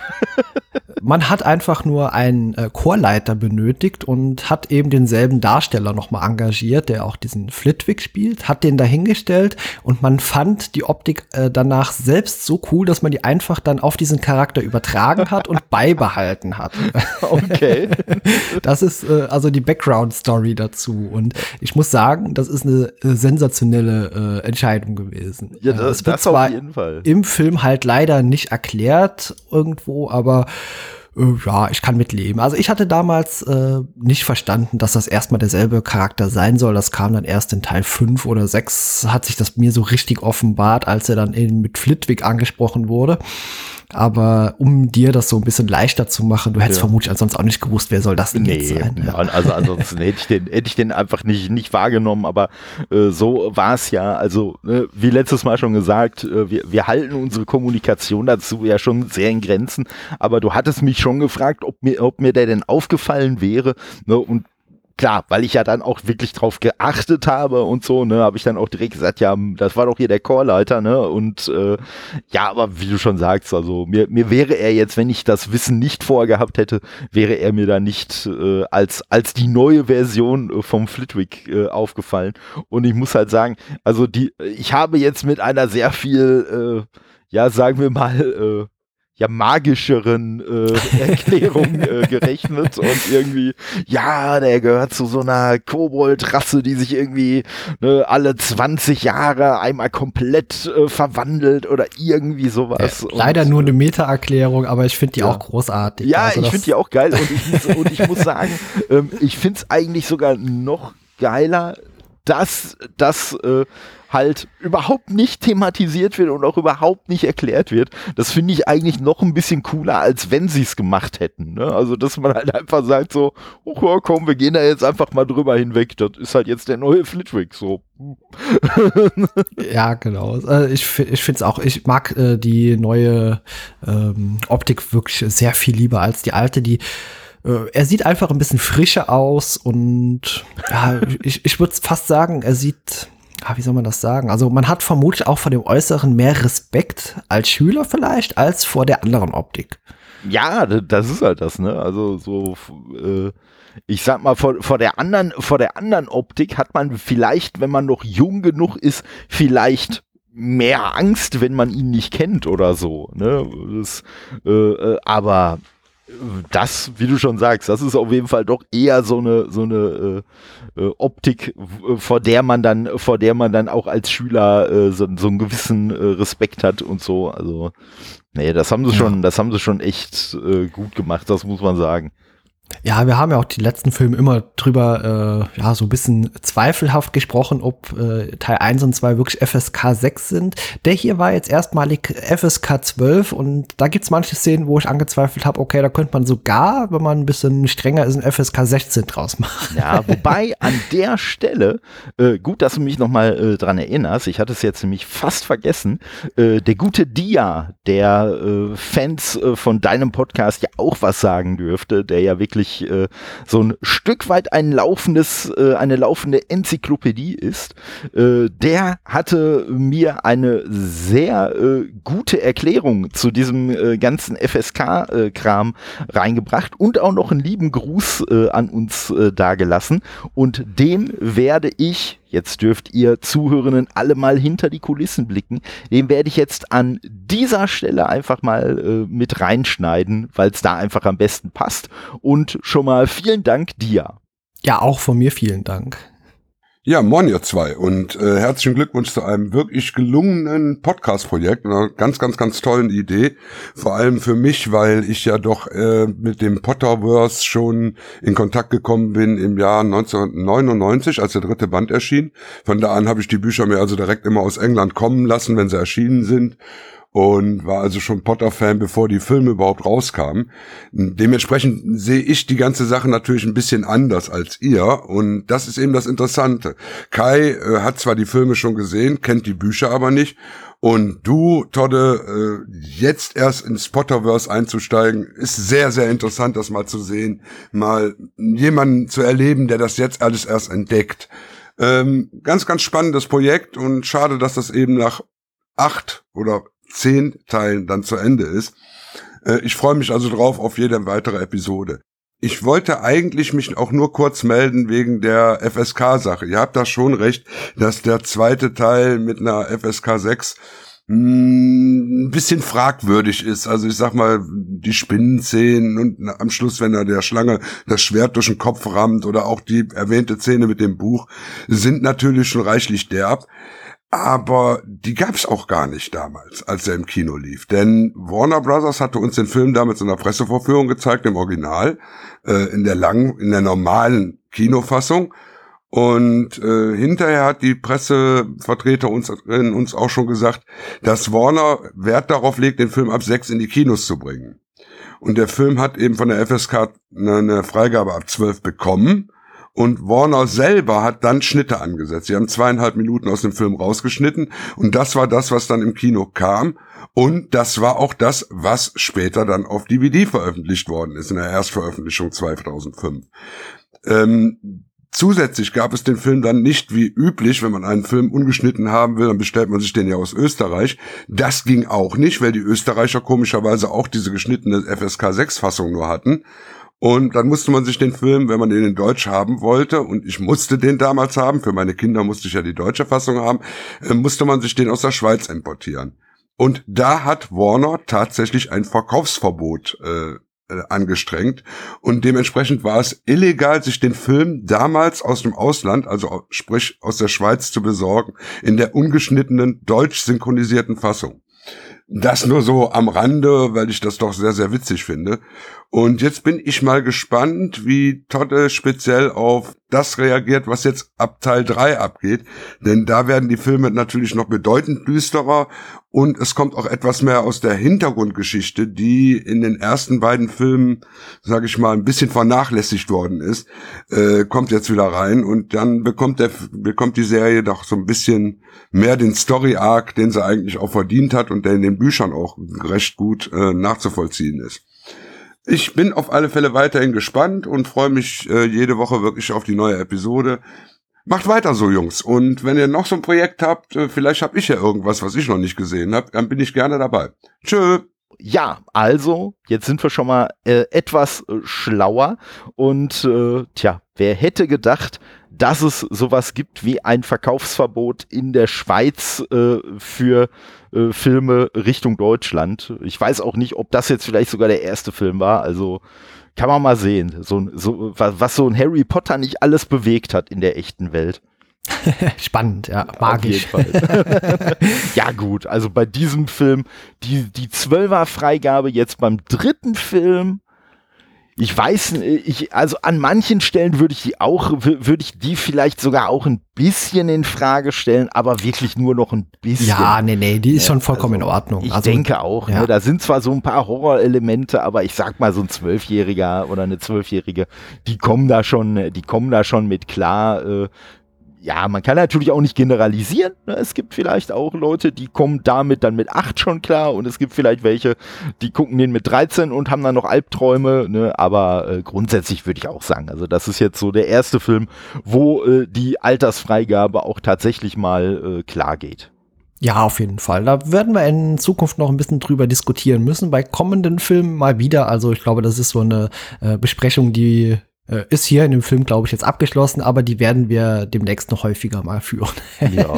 Man hat einfach nur einen äh, Chorleiter benötigt und hat eben denselben Darsteller nochmal engagiert, der auch diesen Flitwick spielt, hat den dahingestellt und man fand die Optik äh, danach selbst so cool, dass man die einfach dann auf diesen Charakter übertragen hat und beibehalten hat. Okay. Das ist äh, also die Background-Story dazu und ich muss sagen, das ist eine äh, sensationelle äh, Entscheidung gewesen. Ja, das, äh, es wird das zwar auf jeden Fall im Film halt leider nicht erklärt irgendwo, aber äh, ja, ich kann mitleben. Also ich hatte damals äh, nicht verstanden, dass das erstmal derselbe Charakter sein soll. Das kam dann erst in Teil fünf oder sechs, hat sich das mir so richtig offenbart, als er dann eben mit Flitwick angesprochen wurde. Aber um dir das so ein bisschen leichter zu machen, du hättest ja. vermutlich ansonsten auch nicht gewusst, wer soll das denn nee, jetzt sein. Ja. Also ansonsten hätte ich den, hätte ich den einfach nicht, nicht wahrgenommen, aber äh, so war es ja. Also äh, wie letztes Mal schon gesagt, äh, wir, wir halten unsere Kommunikation dazu ja schon sehr in Grenzen, aber du hattest mich schon gefragt, ob mir, ob mir der denn aufgefallen wäre, ne, und klar, weil ich ja dann auch wirklich drauf geachtet habe und so, ne, habe ich dann auch direkt gesagt, ja, das war doch hier der Chorleiter, ne, und äh, ja, aber wie du schon sagst, also mir, mir wäre er jetzt, wenn ich das Wissen nicht vorgehabt hätte, wäre er mir da nicht äh, als als die neue Version äh, vom Flitwick äh, aufgefallen und ich muss halt sagen, also die, ich habe jetzt mit einer sehr viel, äh, ja, sagen wir mal, äh, ja magischeren äh, Erklärung äh, gerechnet und irgendwie, ja, der gehört zu so einer Koboldrasse, die sich irgendwie ne, alle zwanzig Jahre einmal komplett äh, verwandelt oder irgendwie sowas. Ja, leider und, nur eine Meta-Erklärung, aber ich finde die ja. auch großartig. Ja, also ich finde die auch geil und ich muss, und ich muss sagen, ähm, ich finde es eigentlich sogar noch geiler, dass das äh, halt überhaupt nicht thematisiert wird und auch überhaupt nicht erklärt wird. Das finde ich eigentlich noch ein bisschen cooler, als wenn sie es gemacht hätten. Ne? Also, dass man halt einfach sagt so, oh ja, komm, wir gehen da jetzt einfach mal drüber hinweg. Das ist halt jetzt der neue Flitwick, so. Ja, genau. Ich, ich finde es auch, ich mag äh, die neue ähm, Optik wirklich sehr viel lieber als die alte, die äh, er sieht einfach ein bisschen frischer aus und ja, ich, ich würde fast sagen, er sieht Ah, wie soll man das sagen? Also man hat vermutlich auch vor dem Äußeren mehr Respekt als Schüler vielleicht, als vor der anderen Optik. Ja, das ist halt das, ne? Also so, äh, ich sag mal, vor, vor der anderen, vor der anderen Optik hat man vielleicht, wenn man noch jung genug ist, vielleicht mehr Angst, wenn man ihn nicht kennt oder so, ne? Das, äh, äh, aber das, wie du schon sagst, das ist auf jeden Fall doch eher so eine so eine äh, äh, Optik, vor der man dann, vor der man dann auch als Schüler äh, so, so einen gewissen äh, Respekt hat und so. Also, nee, das haben sie ja. schon, das haben sie schon echt äh, gut gemacht, das muss man sagen. Ja, wir haben ja auch die letzten Filme immer drüber, äh, ja, so ein bisschen zweifelhaft gesprochen, ob äh, Teil eins und zwei wirklich F S K sechs sind. Der hier war jetzt erstmalig F S K zwölf und da gibt's manche Szenen, wo ich angezweifelt habe, okay, da könnte man sogar, wenn man ein bisschen strenger ist, ein F S K sechzehn draus machen. Ja, wobei an der Stelle, äh, gut, dass du mich nochmal äh, dran erinnerst, ich hatte es jetzt nämlich fast vergessen, äh, der gute Dia, der äh, Fans äh, von deinem Podcast ja auch was sagen dürfte, der ja wirklich wirklich äh, so ein Stück weit ein laufendes, äh, eine laufende Enzyklopädie ist, äh, der hatte mir eine sehr äh, gute Erklärung zu diesem äh, ganzen F S K-Kram äh, reingebracht und auch noch einen lieben Gruß äh, an uns äh, dagelassen. Und den werde ich, jetzt dürft ihr Zuhörenden alle mal hinter die Kulissen blicken, den werde ich jetzt an dieser Stelle einfach mal äh, mit reinschneiden, weil es da einfach am besten passt. Und schon mal vielen Dank dir. Ja, auch von mir vielen Dank. Ja, moin ihr zwei und äh, herzlichen Glückwunsch zu einem wirklich gelungenen Podcast-Projekt, einer ganz, ganz, ganz tollen Idee. Vor allem für mich, weil ich ja doch äh, mit dem Potterverse schon in Kontakt gekommen bin im Jahr neunzehnhundertneunundneunzig, als der dritte Band erschien. Von da an habe ich die Bücher mir also direkt immer aus England kommen lassen, wenn sie erschienen sind. Und war also schon Potter-Fan, bevor die Filme überhaupt rauskamen. Dementsprechend sehe ich die ganze Sache natürlich ein bisschen anders als ihr. Und das ist eben das Interessante. Kai äh, hat zwar die Filme schon gesehen, kennt die Bücher aber nicht. Und du, Todde, äh, jetzt erst ins Potterverse einzusteigen, ist sehr, sehr interessant, das mal zu sehen. Mal jemanden zu erleben, der das jetzt alles erst entdeckt. Ähm, ganz, ganz spannendes Projekt und schade, dass das eben nach acht oder zehn Teilen dann zu Ende ist. Äh, ich freue mich also drauf auf jede weitere Episode. Ich wollte eigentlich mich auch nur kurz melden wegen der F S K-Sache. Ihr habt da schon recht, dass der zweite Teil mit einer F S K sechs mh, ein bisschen fragwürdig ist. Also ich sag mal, die Spinnenszenen und am Schluss, wenn er der Schlange das Schwert durch den Kopf rammt oder auch die erwähnte Szene mit dem Buch, sind natürlich schon reichlich derb. Aber die gab's auch gar nicht damals, als er im Kino lief. Denn Warner Brothers hatte uns den Film damals in der Pressevorführung gezeigt, im Original, äh, in der langen, in der normalen Kinofassung. Und äh, hinterher hat die Pressevertreter uns, äh, uns auch schon gesagt, dass Warner Wert darauf legt, den Film ab sechs in die Kinos zu bringen. Und der Film hat eben von der F S K eine, eine Freigabe ab zwölf bekommen. Und Warner selber hat dann Schnitte angesetzt. Sie haben zweieinhalb Minuten aus dem Film rausgeschnitten. Und das war das, was dann im Kino kam. Und das war auch das, was später dann auf D V D veröffentlicht worden ist, in der Erstveröffentlichung zweitausendfünf. Ähm, zusätzlich gab es den Film dann nicht wie üblich, wenn man einen Film ungeschnitten haben will, dann bestellt man sich den ja aus Österreich. Das ging auch nicht, weil die Österreicher komischerweise auch diese geschnittene F S K sechs Fassung nur hatten. Und dann musste man sich den Film, wenn man den in Deutsch haben wollte, und ich musste den damals haben, für meine Kinder musste ich ja die deutsche Fassung haben, äh, musste man sich den aus der Schweiz importieren. Und da hat Warner tatsächlich ein Verkaufsverbot äh, äh, angestrengt. Und dementsprechend war es illegal, sich den Film damals aus dem Ausland, also sprich aus der Schweiz, zu besorgen, in der ungeschnittenen, deutsch synchronisierten Fassung. Das nur so am Rande, weil ich das doch sehr, sehr witzig finde. Und jetzt bin ich mal gespannt, wie Todde speziell auf das reagiert, was jetzt ab Teil drei abgeht. Denn da werden die Filme natürlich noch bedeutend düsterer und es kommt auch etwas mehr aus der Hintergrundgeschichte, die in den ersten beiden Filmen, sage ich mal, ein bisschen vernachlässigt worden ist, äh, kommt jetzt wieder rein und dann bekommt der bekommt die Serie doch so ein bisschen mehr den Story-Arc, den sie eigentlich auch verdient hat und der in den Büchern auch recht gut äh, nachzuvollziehen ist. Ich bin auf alle Fälle weiterhin gespannt und freue mich äh, jede Woche wirklich auf die neue Episode. Macht weiter so, Jungs. Und wenn ihr noch so ein Projekt habt, äh, vielleicht habe ich ja irgendwas, was ich noch nicht gesehen habe, dann bin ich gerne dabei. Tschö. Ja, also, jetzt sind wir schon mal äh, etwas äh, schlauer und äh, tja, wer hätte gedacht, dass es sowas gibt wie ein Verkaufsverbot in der Schweiz äh, für äh, Filme Richtung Deutschland. Ich weiß auch nicht, ob das jetzt vielleicht sogar der erste Film war, also kann man mal sehen, so, so, was so ein Harry Potter nicht alles bewegt hat in der echten Welt. Spannend, ja, magisch. Auf jeden Fall. Ja gut, also bei diesem Film, die, die Zwölfer-Freigabe jetzt beim dritten Film, ich weiß, ich, also an manchen Stellen würde ich die auch, würde ich die vielleicht sogar auch ein bisschen in Frage stellen, aber wirklich nur noch ein bisschen. Ja, nee, nee, die ist schon vollkommen also, in Ordnung. Ich also, denke auch, ja. ne, da sind zwar so ein paar Horrorelemente, aber ich sag mal so ein Zwölfjähriger oder eine Zwölfjährige, die kommen da schon, die kommen da schon mit klar. Äh, ja, man kann natürlich auch nicht generalisieren. Ne? Es gibt vielleicht auch Leute, die kommen damit dann mit acht schon klar und es gibt vielleicht welche, die gucken den mit dreizehn und haben dann noch Albträume. Ne? Aber äh, grundsätzlich würde ich auch sagen, also das ist jetzt so der erste Film, wo äh, die Altersfreigabe auch tatsächlich mal äh, klar geht. Ja, auf jeden Fall. Da werden wir in Zukunft noch ein bisschen drüber diskutieren müssen, bei kommenden Filmen mal wieder. Also ich glaube, das ist so eine äh, Besprechung, die äh, ist hier in dem Film, glaube ich, jetzt abgeschlossen, aber die werden wir demnächst noch häufiger mal führen. Ja.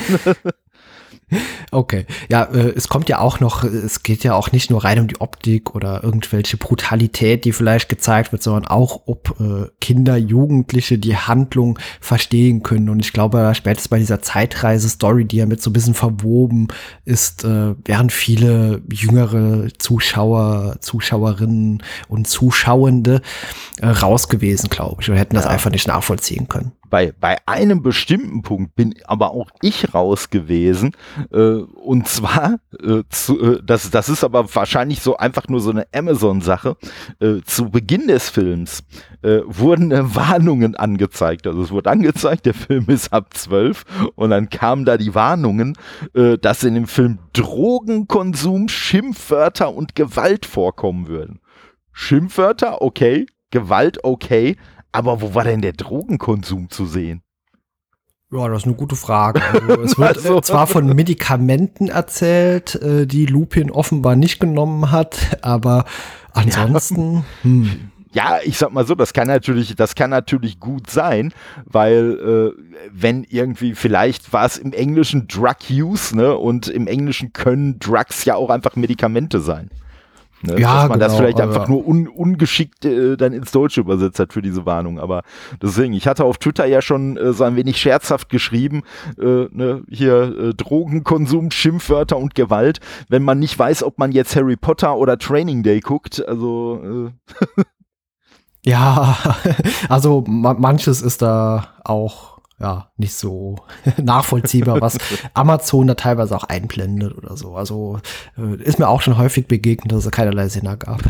Okay, ja, äh, es kommt ja auch noch, es geht ja auch nicht nur rein um die Optik oder irgendwelche Brutalität, die vielleicht gezeigt wird, sondern auch, ob äh, Kinder, Jugendliche die Handlung verstehen können. Und ich glaube, spätestens bei dieser Zeitreise-Story, die ja mit so ein bisschen verwoben ist, äh, wären viele jüngere Zuschauer, Zuschauerinnen und Zuschauende äh, raus gewesen, glaube ich, und hätten das ja. einfach nicht nachvollziehen können. Bei, bei einem bestimmten Punkt bin aber auch ich raus gewesen, äh, und zwar, äh, zu, äh, das, das ist aber wahrscheinlich so einfach nur so eine Amazon-Sache, äh, zu Beginn des Films äh, wurden äh, Warnungen angezeigt, also es wurde angezeigt, der Film ist ab zwölf und dann kamen da die Warnungen, äh, dass in dem Film Drogenkonsum, Schimpfwörter und Gewalt vorkommen würden. Schimpfwörter, okay, Gewalt, okay, aber wo war denn der Drogenkonsum zu sehen? Ja, das ist eine gute Frage. Also, es wird also. zwar von Medikamenten erzählt, äh, die Lupin offenbar nicht genommen hat, aber ansonsten, ja. hm. Ja, ich sag mal so, das kann natürlich, das kann natürlich gut sein, weil äh, wenn irgendwie, vielleicht war es im Englischen Drug Use, ne, und im Englischen können Drugs ja auch einfach Medikamente sein. Ne, ja, dass man genau, das vielleicht einfach ja. nur un, ungeschickt äh, dann ins Deutsche übersetzt hat für diese Warnung. Aber deswegen, ich hatte auf Twitter ja schon äh, so ein wenig scherzhaft geschrieben, äh, ne, hier äh, Drogenkonsum, Schimpfwörter und Gewalt, wenn man nicht weiß, ob man jetzt Harry Potter oder Training Day guckt. Also äh ja, also ma- manches ist da auch ja nicht so nachvollziehbar, was Amazon da teilweise auch einblendet oder so. Also äh, ist mir auch schon häufig begegnet, dass es keinerlei Sinn ergab.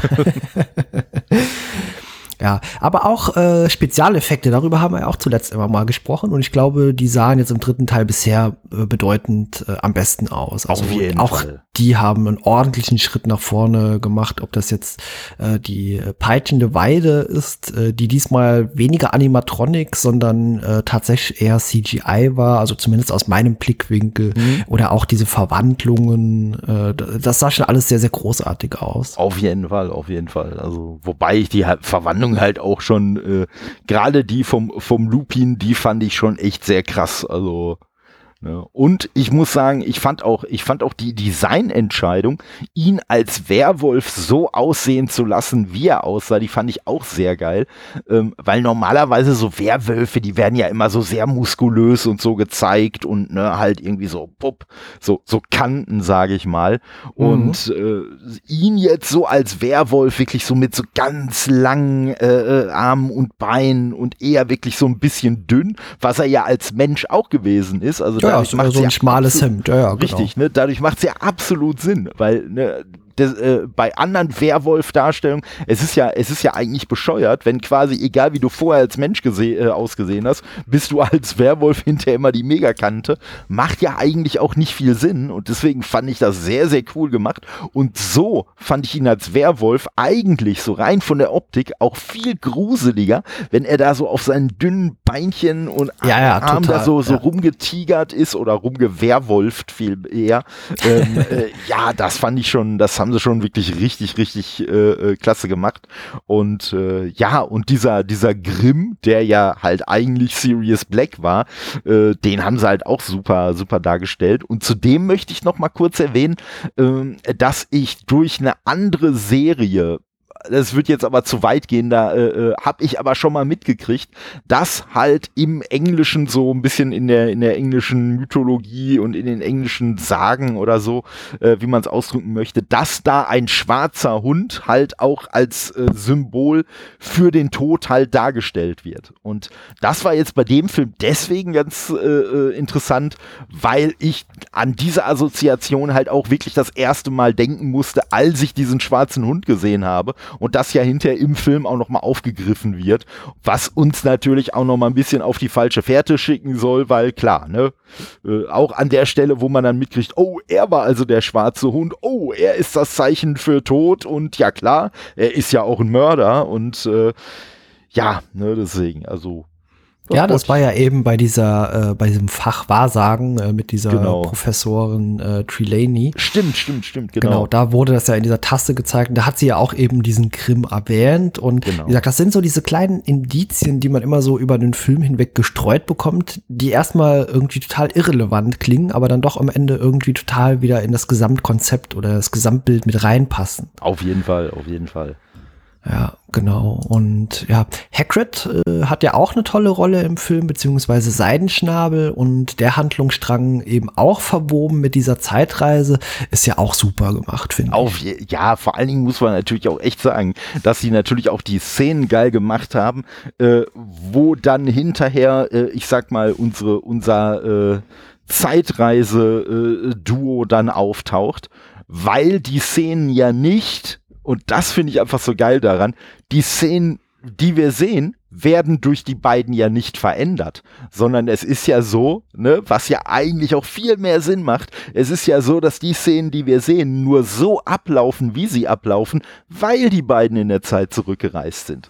Ja, aber auch äh, Spezialeffekte, darüber haben wir ja auch zuletzt immer mal gesprochen und ich glaube, die sahen jetzt im dritten Teil bisher äh, bedeutend äh, am besten aus. Also Auf jeden auch Fall. Die haben einen ordentlichen Schritt nach vorne gemacht, ob das jetzt äh, die äh, peitschende Weide ist, äh, die diesmal weniger Animatronic, sondern äh, tatsächlich eher C G I war, also zumindest aus meinem Blickwinkel, mhm. oder auch diese Verwandlungen, äh, das sah schon alles sehr, sehr großartig aus. Auf jeden Fall, auf jeden Fall. Also wobei ich die halt Verwandlung halt auch schon, äh, gerade die vom, vom Lupin, die fand ich schon echt sehr krass. Also ne? Und ich muss sagen, ich fand auch, ich fand auch die Designentscheidung, ihn als Werwolf so aussehen zu lassen, wie er aussah, die fand ich auch sehr geil, ähm, weil normalerweise so Werwölfe, die werden ja immer so sehr muskulös und so gezeigt und ne, halt irgendwie so pup, so so Kanten, sage ich mal. Mhm. Und äh, ihn jetzt so als Werwolf wirklich so mit so ganz langen äh, Armen und Beinen und eher wirklich so ein bisschen dünn, was er ja als Mensch auch gewesen ist. Also ja, dadurch macht so ein ja schmales absolut, Hemd. Ja, ja, genau. Richtig, ne? Dadurch macht es ja absolut Sinn, weil ne, das, äh, bei anderen Werwolf-Darstellungen, es ist ja, es ist ja eigentlich bescheuert, wenn quasi, egal wie du vorher als Mensch gese- äh, ausgesehen hast, bist du als Werwolf hinterher immer die Megakante. Macht ja eigentlich auch nicht viel Sinn und deswegen fand ich das sehr, sehr cool gemacht und so fand ich ihn als Werwolf eigentlich so rein von der Optik auch viel gruseliger, wenn er da so auf seinen dünnen Beinchen und ja, ja, Arm total, da so, so ja. rumgetigert ist oder rumgewerwolft viel eher. ähm, äh, ja, das fand ich schon, das haben sie schon wirklich richtig, richtig äh, klasse gemacht. Und äh, ja, und dieser, dieser Grimm, der ja halt eigentlich Sirius Black war, äh, den haben sie halt auch super, super dargestellt. Und zudem möchte ich noch mal kurz erwähnen, äh, dass ich durch eine andere Serie, das wird jetzt aber zu weit gehen, da äh, habe ich aber schon mal mitgekriegt, dass halt im Englischen so ein bisschen in der in der englischen Mythologie und in den englischen Sagen oder so, äh, wie man es ausdrücken möchte, dass da ein schwarzer Hund halt auch als äh, Symbol für den Tod halt dargestellt wird. Und das war jetzt bei dem Film deswegen ganz äh, interessant, weil ich an diese Assoziation halt auch wirklich das erste Mal denken musste, als ich diesen schwarzen Hund gesehen habe. und das ja hinterher im Film auch nochmal aufgegriffen wird, was uns natürlich auch nochmal ein bisschen auf die falsche Fährte schicken soll, weil klar, ne, äh, auch an der Stelle, wo man dann mitkriegt, oh, er war also der schwarze Hund, oh, er ist das Zeichen für Tod und ja klar, er ist ja auch ein Mörder und äh, ja, ne, deswegen, also ja, das war ja eben bei dieser, äh, bei diesem Fach Wahrsagen äh, mit dieser genau. Professorin äh, Trelawney. Stimmt, stimmt, stimmt, genau. Genau, da wurde das ja in dieser Taste gezeigt und da hat sie ja auch eben diesen Grimm erwähnt und genau. wie gesagt, das sind so diese kleinen Indizien, die man immer so über den Film hinweg gestreut bekommt, die erstmal irgendwie total irrelevant klingen, aber dann doch am Ende irgendwie total wieder in das Gesamtkonzept oder das Gesamtbild mit reinpassen. Auf jeden Fall, auf jeden Fall. Ja, genau. Und ja, Hagrid äh, hat ja auch eine tolle Rolle im Film, beziehungsweise Seidenschnabel und der Handlungsstrang eben auch verwoben mit dieser Zeitreise, ist ja auch super gemacht, finde Auf ich. je, ja, vor allen Dingen muss man natürlich auch echt sagen, dass sie natürlich auch die Szenen geil gemacht haben, äh, wo dann hinterher, äh, ich sag mal, unsere, unser äh, Zeitreise-Duo äh, dann auftaucht, weil die Szenen ja nicht, und das finde ich einfach so geil daran, die Szenen, die wir sehen, werden durch die beiden ja nicht verändert, sondern es ist ja so, ne, was ja eigentlich auch viel mehr Sinn macht, es ist ja so, dass die Szenen, die wir sehen, nur so ablaufen, wie sie ablaufen, weil die beiden in der Zeit zurückgereist sind.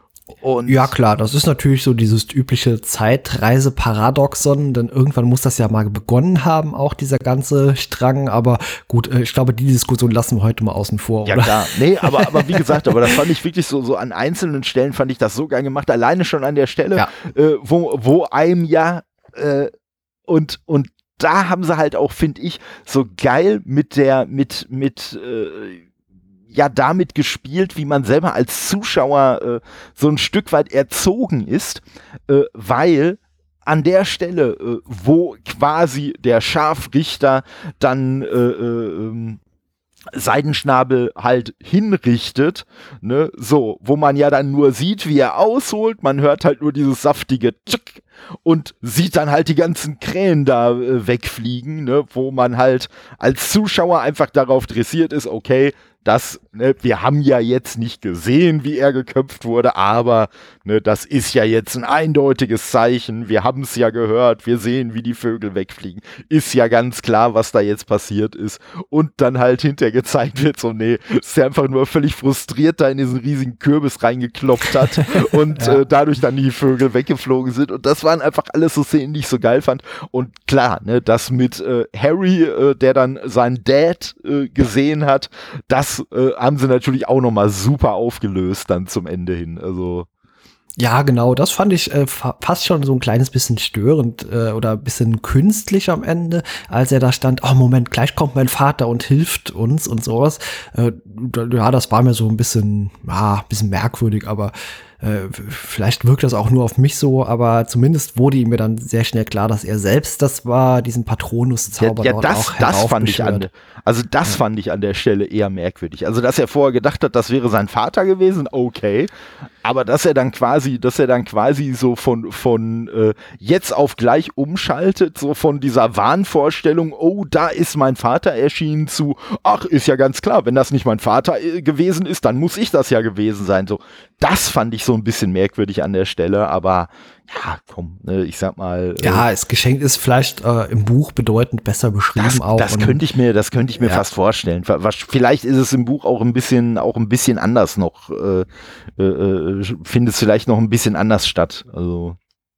Und ja klar, das ist natürlich so dieses übliche Zeitreise-Paradoxon, denn irgendwann muss das ja mal begonnen haben, auch dieser ganze Strang, aber gut, ich glaube, die Diskussion lassen wir heute mal außen vor, ja, oder? Klar, nee, aber, aber wie gesagt, aber das fand ich wirklich so, so an einzelnen Stellen fand ich das so geil gemacht, alleine schon an der Stelle, ja. äh, wo, wo einem ja äh, und, und da haben sie halt auch, finde ich, so geil mit der, mit, mit, äh, ja damit gespielt, wie man selber als Zuschauer äh, so ein Stück weit erzogen ist, äh, weil an der Stelle, äh, wo quasi der Scharfrichter dann äh, äh, Seidenschnabel halt hinrichtet, ne, so, wo man ja dann nur sieht, wie er ausholt, man hört halt nur dieses saftige Tschick und sieht dann halt die ganzen Krähen da äh, wegfliegen, ne, wo man halt als Zuschauer einfach darauf dressiert ist, okay, das, ne, wir haben ja jetzt nicht gesehen, wie er geköpft wurde, aber ne, das ist ja jetzt ein eindeutiges Zeichen, wir haben es ja gehört, wir sehen, wie die Vögel wegfliegen, ist ja ganz klar, was da jetzt passiert ist und dann halt hinterher gezeigt wird, so nee, ist ja einfach nur völlig frustriert da in diesen riesigen Kürbis reingeklopft hat und ja. äh, dadurch dann die Vögel weggeflogen sind und das waren einfach alles so Szenen, die ich so geil fand und klar, ne, das mit äh, Harry, äh, der dann seinen Dad äh, gesehen hat, das äh, haben sie natürlich auch nochmal super aufgelöst dann zum Ende hin, also ja, genau, das fand ich äh, fa- fast schon so ein kleines bisschen störend äh, oder ein bisschen künstlich am Ende, als er da stand, oh Moment, gleich kommt mein Vater und hilft uns und sowas. Äh, ja, das war mir so ein bisschen, ja, ein bisschen merkwürdig, aber äh, vielleicht wirkt das auch nur auf mich so, aber zumindest wurde ihm mir dann sehr schnell klar, dass er selbst das war, diesen Patronus-Zauber ja, ja, dort das, auch das fand ich an, heraufbeschwört. also das ja. fand ich an der Stelle eher merkwürdig. Also, dass er vorher gedacht hat, das wäre sein Vater gewesen, okay. Aber dass er dann quasi, dass er dann quasi so von, von äh, jetzt auf gleich umschaltet, so von dieser Wahnvorstellung, oh, da ist mein Vater erschienen zu, ach, ist ja ganz klar, wenn das nicht mein Vater äh, gewesen ist, dann muss ich das ja gewesen sein. So, das fand ich so ein bisschen merkwürdig an der Stelle, aber ja, komm, ne, ich sag mal. Äh, ja, es geschenkt ist vielleicht äh, im Buch bedeutend besser beschrieben das, auch. Das könnte ich mir, das könnte ich mir ja. fast vorstellen. Was, vielleicht ist es im Buch auch ein bisschen, auch ein bisschen anders noch, äh, äh, findet es vielleicht noch ein bisschen anders statt. Also.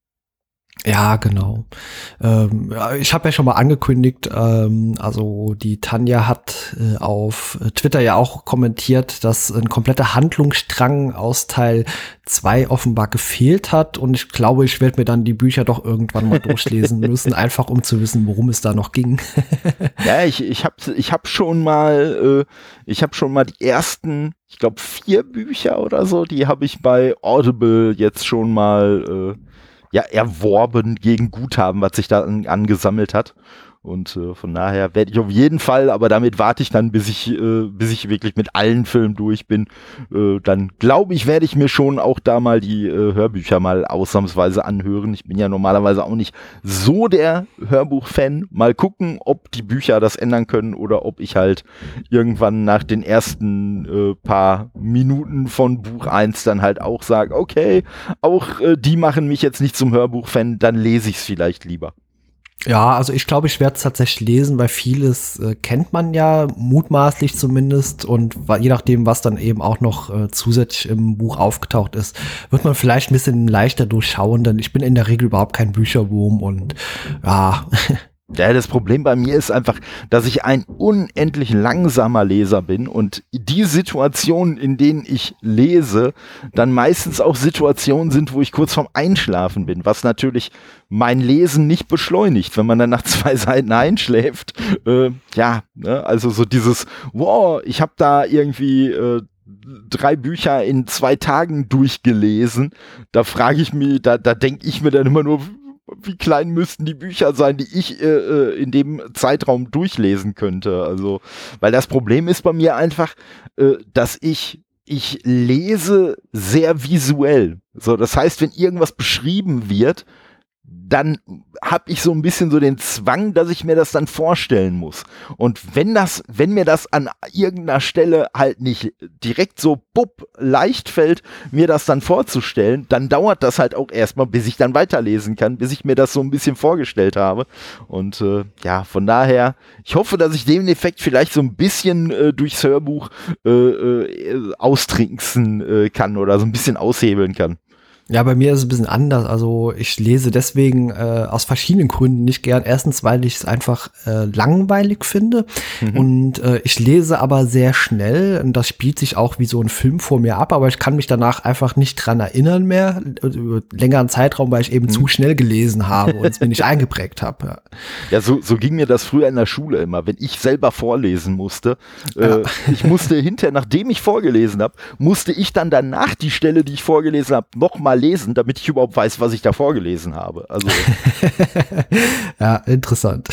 Ja, genau. Ähm, ich habe ja schon mal angekündigt, ähm, also die Tanja hat äh, auf Twitter ja auch kommentiert, dass ein kompletter Handlungsstrang aus Teil zwei offenbar gefehlt hat und ich glaube, ich werde mir dann die Bücher doch irgendwann mal durchlesen müssen, einfach um zu wissen, worum es da noch ging. Ja, ich, ich habe ich hab schon mal, äh, ich habe schon mal die ersten, ich glaube vier Bücher oder so, die habe ich bei Audible jetzt schon mal äh, ja, erworben gegen Guthaben, was sich da an, angesammelt hat. Und äh, von daher werde ich auf jeden Fall, aber damit warte ich dann, bis ich, äh, bis ich wirklich mit allen Filmen durch bin. Äh, dann glaube ich, werde ich mir schon auch da mal die äh, Hörbücher mal ausnahmsweise anhören. Ich bin ja normalerweise auch nicht so der Hörbuch-Fan. Mal gucken, ob die Bücher das ändern können oder ob ich halt irgendwann nach den ersten äh, paar Minuten von Buch eins dann halt auch sage, okay, auch äh, die machen mich jetzt nicht zum Hörbuch-Fan, dann lese ich es vielleicht lieber. Ja, also ich glaube, ich werde es tatsächlich lesen, weil vieles äh, kennt man ja, mutmaßlich zumindest. Und je nachdem, was dann eben auch noch äh, zusätzlich im Buch aufgetaucht ist, wird man vielleicht ein bisschen leichter durchschauen, denn ich bin in der Regel überhaupt kein Bücherwurm und ja. Ja, das Problem bei mir ist einfach, dass ich ein unendlich langsamer Leser bin und die Situationen, in denen ich lese, dann meistens auch Situationen sind, wo ich kurz vorm Einschlafen bin, was natürlich mein Lesen nicht beschleunigt, wenn man dann nach zwei Seiten einschläft. Äh, ja, ne? Also so dieses, wow, ich habe da irgendwie äh, drei Bücher in zwei Tagen durchgelesen, da frage ich mich, da, da denke ich mir dann immer nur, wie klein müssten die Bücher sein, die ich äh, in dem Zeitraum durchlesen könnte. Also, weil das Problem ist bei mir einfach, äh, dass ich ich lese sehr visuell. So, das heißt, wenn irgendwas beschrieben wird, dann habe ich so ein bisschen so den Zwang, dass ich mir das dann vorstellen muss. Und wenn das, wenn mir das an irgendeiner Stelle halt nicht direkt so bupp leicht fällt, mir das dann vorzustellen, dann dauert das halt auch erstmal, bis ich dann weiterlesen kann, bis ich mir das so ein bisschen vorgestellt habe. Und äh, ja, von daher, ich hoffe, dass ich den Effekt vielleicht so ein bisschen äh, durchs Hörbuch äh, äh, austrinksen äh, kann oder so ein bisschen aushebeln kann. Ja, bei mir ist es ein bisschen anders. Also ich lese deswegen äh, aus verschiedenen Gründen nicht gern. Erstens, weil ich es einfach äh, langweilig finde. Mhm. Und äh, ich lese aber sehr schnell. Und das spielt sich auch wie so ein Film vor mir ab. Aber ich kann mich danach einfach nicht dran erinnern mehr. Über längeren Zeitraum, weil ich eben mhm. zu schnell gelesen habe und es mir nicht eingeprägt habe. Ja, ja so, so ging mir das früher in der Schule immer. Wenn ich selber vorlesen musste, ja. äh, ich musste hinterher, nachdem ich vorgelesen habe, musste ich dann danach die Stelle, die ich vorgelesen habe, nochmal lesen, damit ich überhaupt weiß, was ich da vorgelesen habe. Also ja, interessant.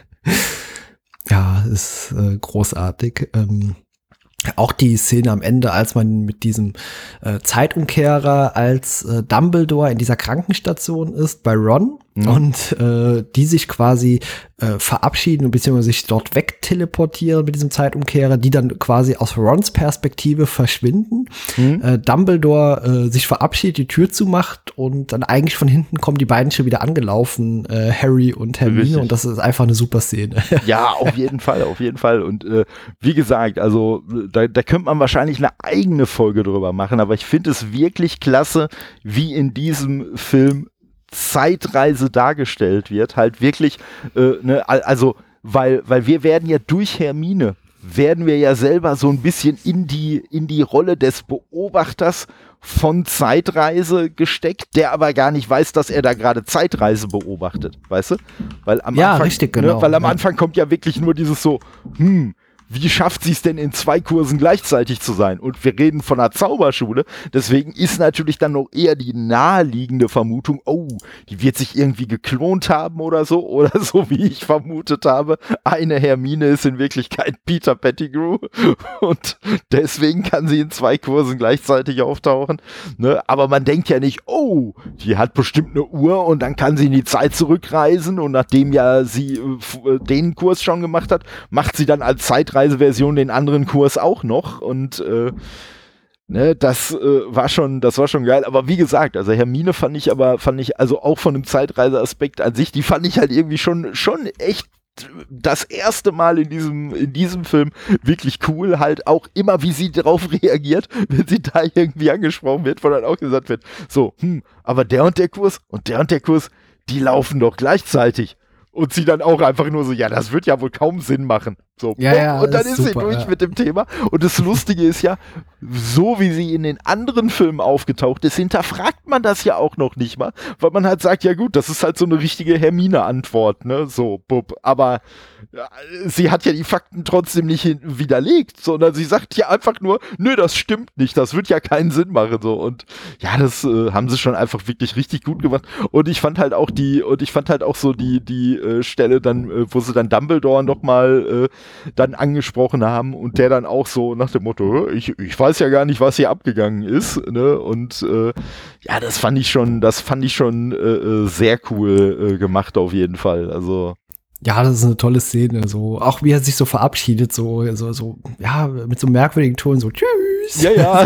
Ja, ist äh, großartig. Ähm, auch die Szene am Ende, als man mit diesem äh, Zeitumkehrer als äh, Dumbledore in dieser Krankenstation ist, bei Ron, mhm. und äh, die sich quasi äh, verabschieden bzw. sich dort wegteleportieren mit diesem Zeitumkehrer, die dann quasi aus Rons Perspektive verschwinden. Mhm. Äh, Dumbledore äh, sich verabschiedet, die Tür zumacht und dann eigentlich von hinten kommen die beiden schon wieder angelaufen, äh, Harry und Hermine. Richtig. Und das ist einfach eine super Szene. Ja, auf jeden Fall, auf jeden Fall. Und äh, wie gesagt, also da, da könnte man wahrscheinlich eine eigene Folge drüber machen, aber ich finde es wirklich klasse, wie in diesem Film Zeitreise dargestellt wird, halt wirklich, äh, ne, also, weil, weil wir werden ja durch Hermine, werden wir ja selber so ein bisschen in die, in die Rolle des Beobachters von Zeitreise gesteckt, der aber gar nicht weiß, dass er da gerade Zeitreise beobachtet, weißt du? Weil am ja, Anfang, richtig, genau. Ne, weil am ja. Anfang kommt ja wirklich nur dieses so, hm, wie schafft sie es denn in zwei Kursen gleichzeitig zu sein? Und wir reden von einer Zauberschule, deswegen ist natürlich dann noch eher die naheliegende Vermutung, oh, die wird sich irgendwie geklont haben oder so, oder so wie ich vermutet habe, eine Hermine ist in Wirklichkeit Peter Pettigrew und deswegen kann sie in zwei Kursen gleichzeitig auftauchen, ne? Aber man denkt ja nicht, oh, die hat bestimmt eine Uhr und dann kann sie in die Zeit zurückreisen und nachdem ja sie äh, den Kurs schon gemacht hat, macht sie dann als Zeitreise Version den anderen Kurs auch noch und äh, ne, das äh, war schon, das war schon geil, aber wie gesagt, also Hermine fand ich aber, fand ich, also auch von dem Zeitreiseaspekt an sich, die fand ich halt irgendwie schon, schon echt das erste Mal in diesem, in diesem Film wirklich cool, halt auch immer, wie sie darauf reagiert, wenn sie da irgendwie angesprochen wird, wo dann auch gesagt wird, so, hm, aber der und der Kurs und der und der Kurs, die laufen doch gleichzeitig. Und sie dann auch einfach nur so, ja, das wird ja wohl kaum Sinn machen. So, ja, ja, und dann ist, ist super, sie durch ja. mit dem Thema. Und das Lustige ist ja, so wie sie in den anderen Filmen aufgetaucht ist, hinterfragt man das ja auch noch nicht mal, weil man halt sagt, ja gut, das ist halt so eine richtige Hermine-Antwort, ne, so, bub. Aber ja, sie hat ja die Fakten trotzdem nicht hin- widerlegt, sondern sie sagt ja einfach nur, nö, das stimmt nicht, das wird ja keinen Sinn machen, so. Und ja, das äh, haben sie schon einfach wirklich richtig gut gemacht. Und ich fand halt auch die, und ich fand halt auch so die, die äh, Stelle dann, äh, wo sie dann Dumbledore nochmal äh, dann angesprochen haben und der dann auch so nach dem Motto, ich, ich weiß ja gar nicht, was hier abgegangen ist, ne? Und äh, ja, das fand ich schon, das fand ich schon äh, sehr cool äh, gemacht auf jeden Fall. Also ja, das ist eine tolle Szene, so auch wie er sich so verabschiedet, so so so ja, mit so einem merkwürdigen Ton, so tschüss. Ja, ja.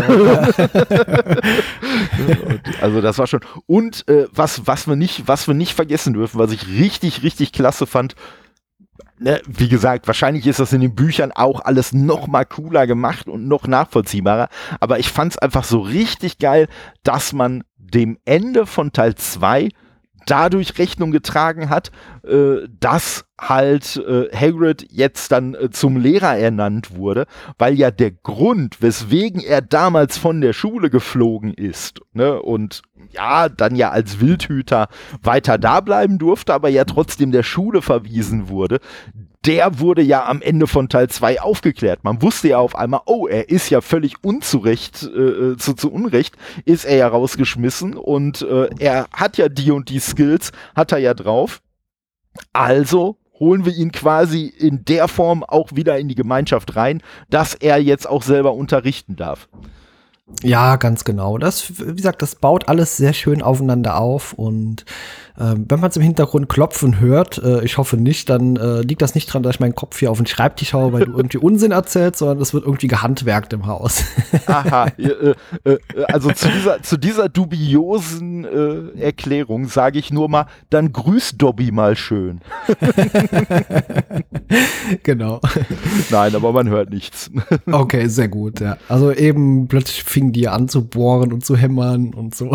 Also das war schon. Und äh, was was wir nicht was wir nicht vergessen dürfen, was ich richtig richtig klasse fand. Ne, wie gesagt, wahrscheinlich ist das in den Büchern auch alles noch mal cooler gemacht und noch nachvollziehbarer. Aber ich fand's einfach so richtig geil, dass man dem Ende von Teil zwei dadurch Rechnung getragen hat, äh, dass halt äh, Hagrid jetzt dann äh, zum Lehrer ernannt wurde, weil ja der Grund, weswegen er damals von der Schule geflogen ist, ne, und ja, dann ja als Wildhüter weiter da bleiben durfte, aber ja trotzdem der Schule verwiesen wurde, der wurde ja am Ende von Teil zwei aufgeklärt. Man wusste ja auf einmal, oh, er ist ja völlig unzurecht, äh, zu, zu Unrecht, ist er ja rausgeschmissen und äh, er hat ja die und die Skills, hat er ja drauf. Also holen wir ihn quasi in der Form auch wieder in die Gemeinschaft rein, dass er jetzt auch selber unterrichten darf. Ja, ganz genau. Das, wie gesagt, das baut alles sehr schön aufeinander auf und ähm, wenn man es im Hintergrund klopfen hört, äh, ich hoffe nicht, dann äh, liegt das nicht dran, dass ich meinen Kopf hier auf den Schreibtisch haue, weil du irgendwie Unsinn erzählst, sondern es wird irgendwie gehandwerkt im Haus. Aha, äh, äh, also zu dieser, zu dieser dubiosen äh, Erklärung sage ich nur mal, dann grüß Dobby mal schön. Genau. Nein, aber man hört nichts. Okay, sehr gut, ja. Also eben plötzlich fingen die an zu bohren und zu hämmern und so.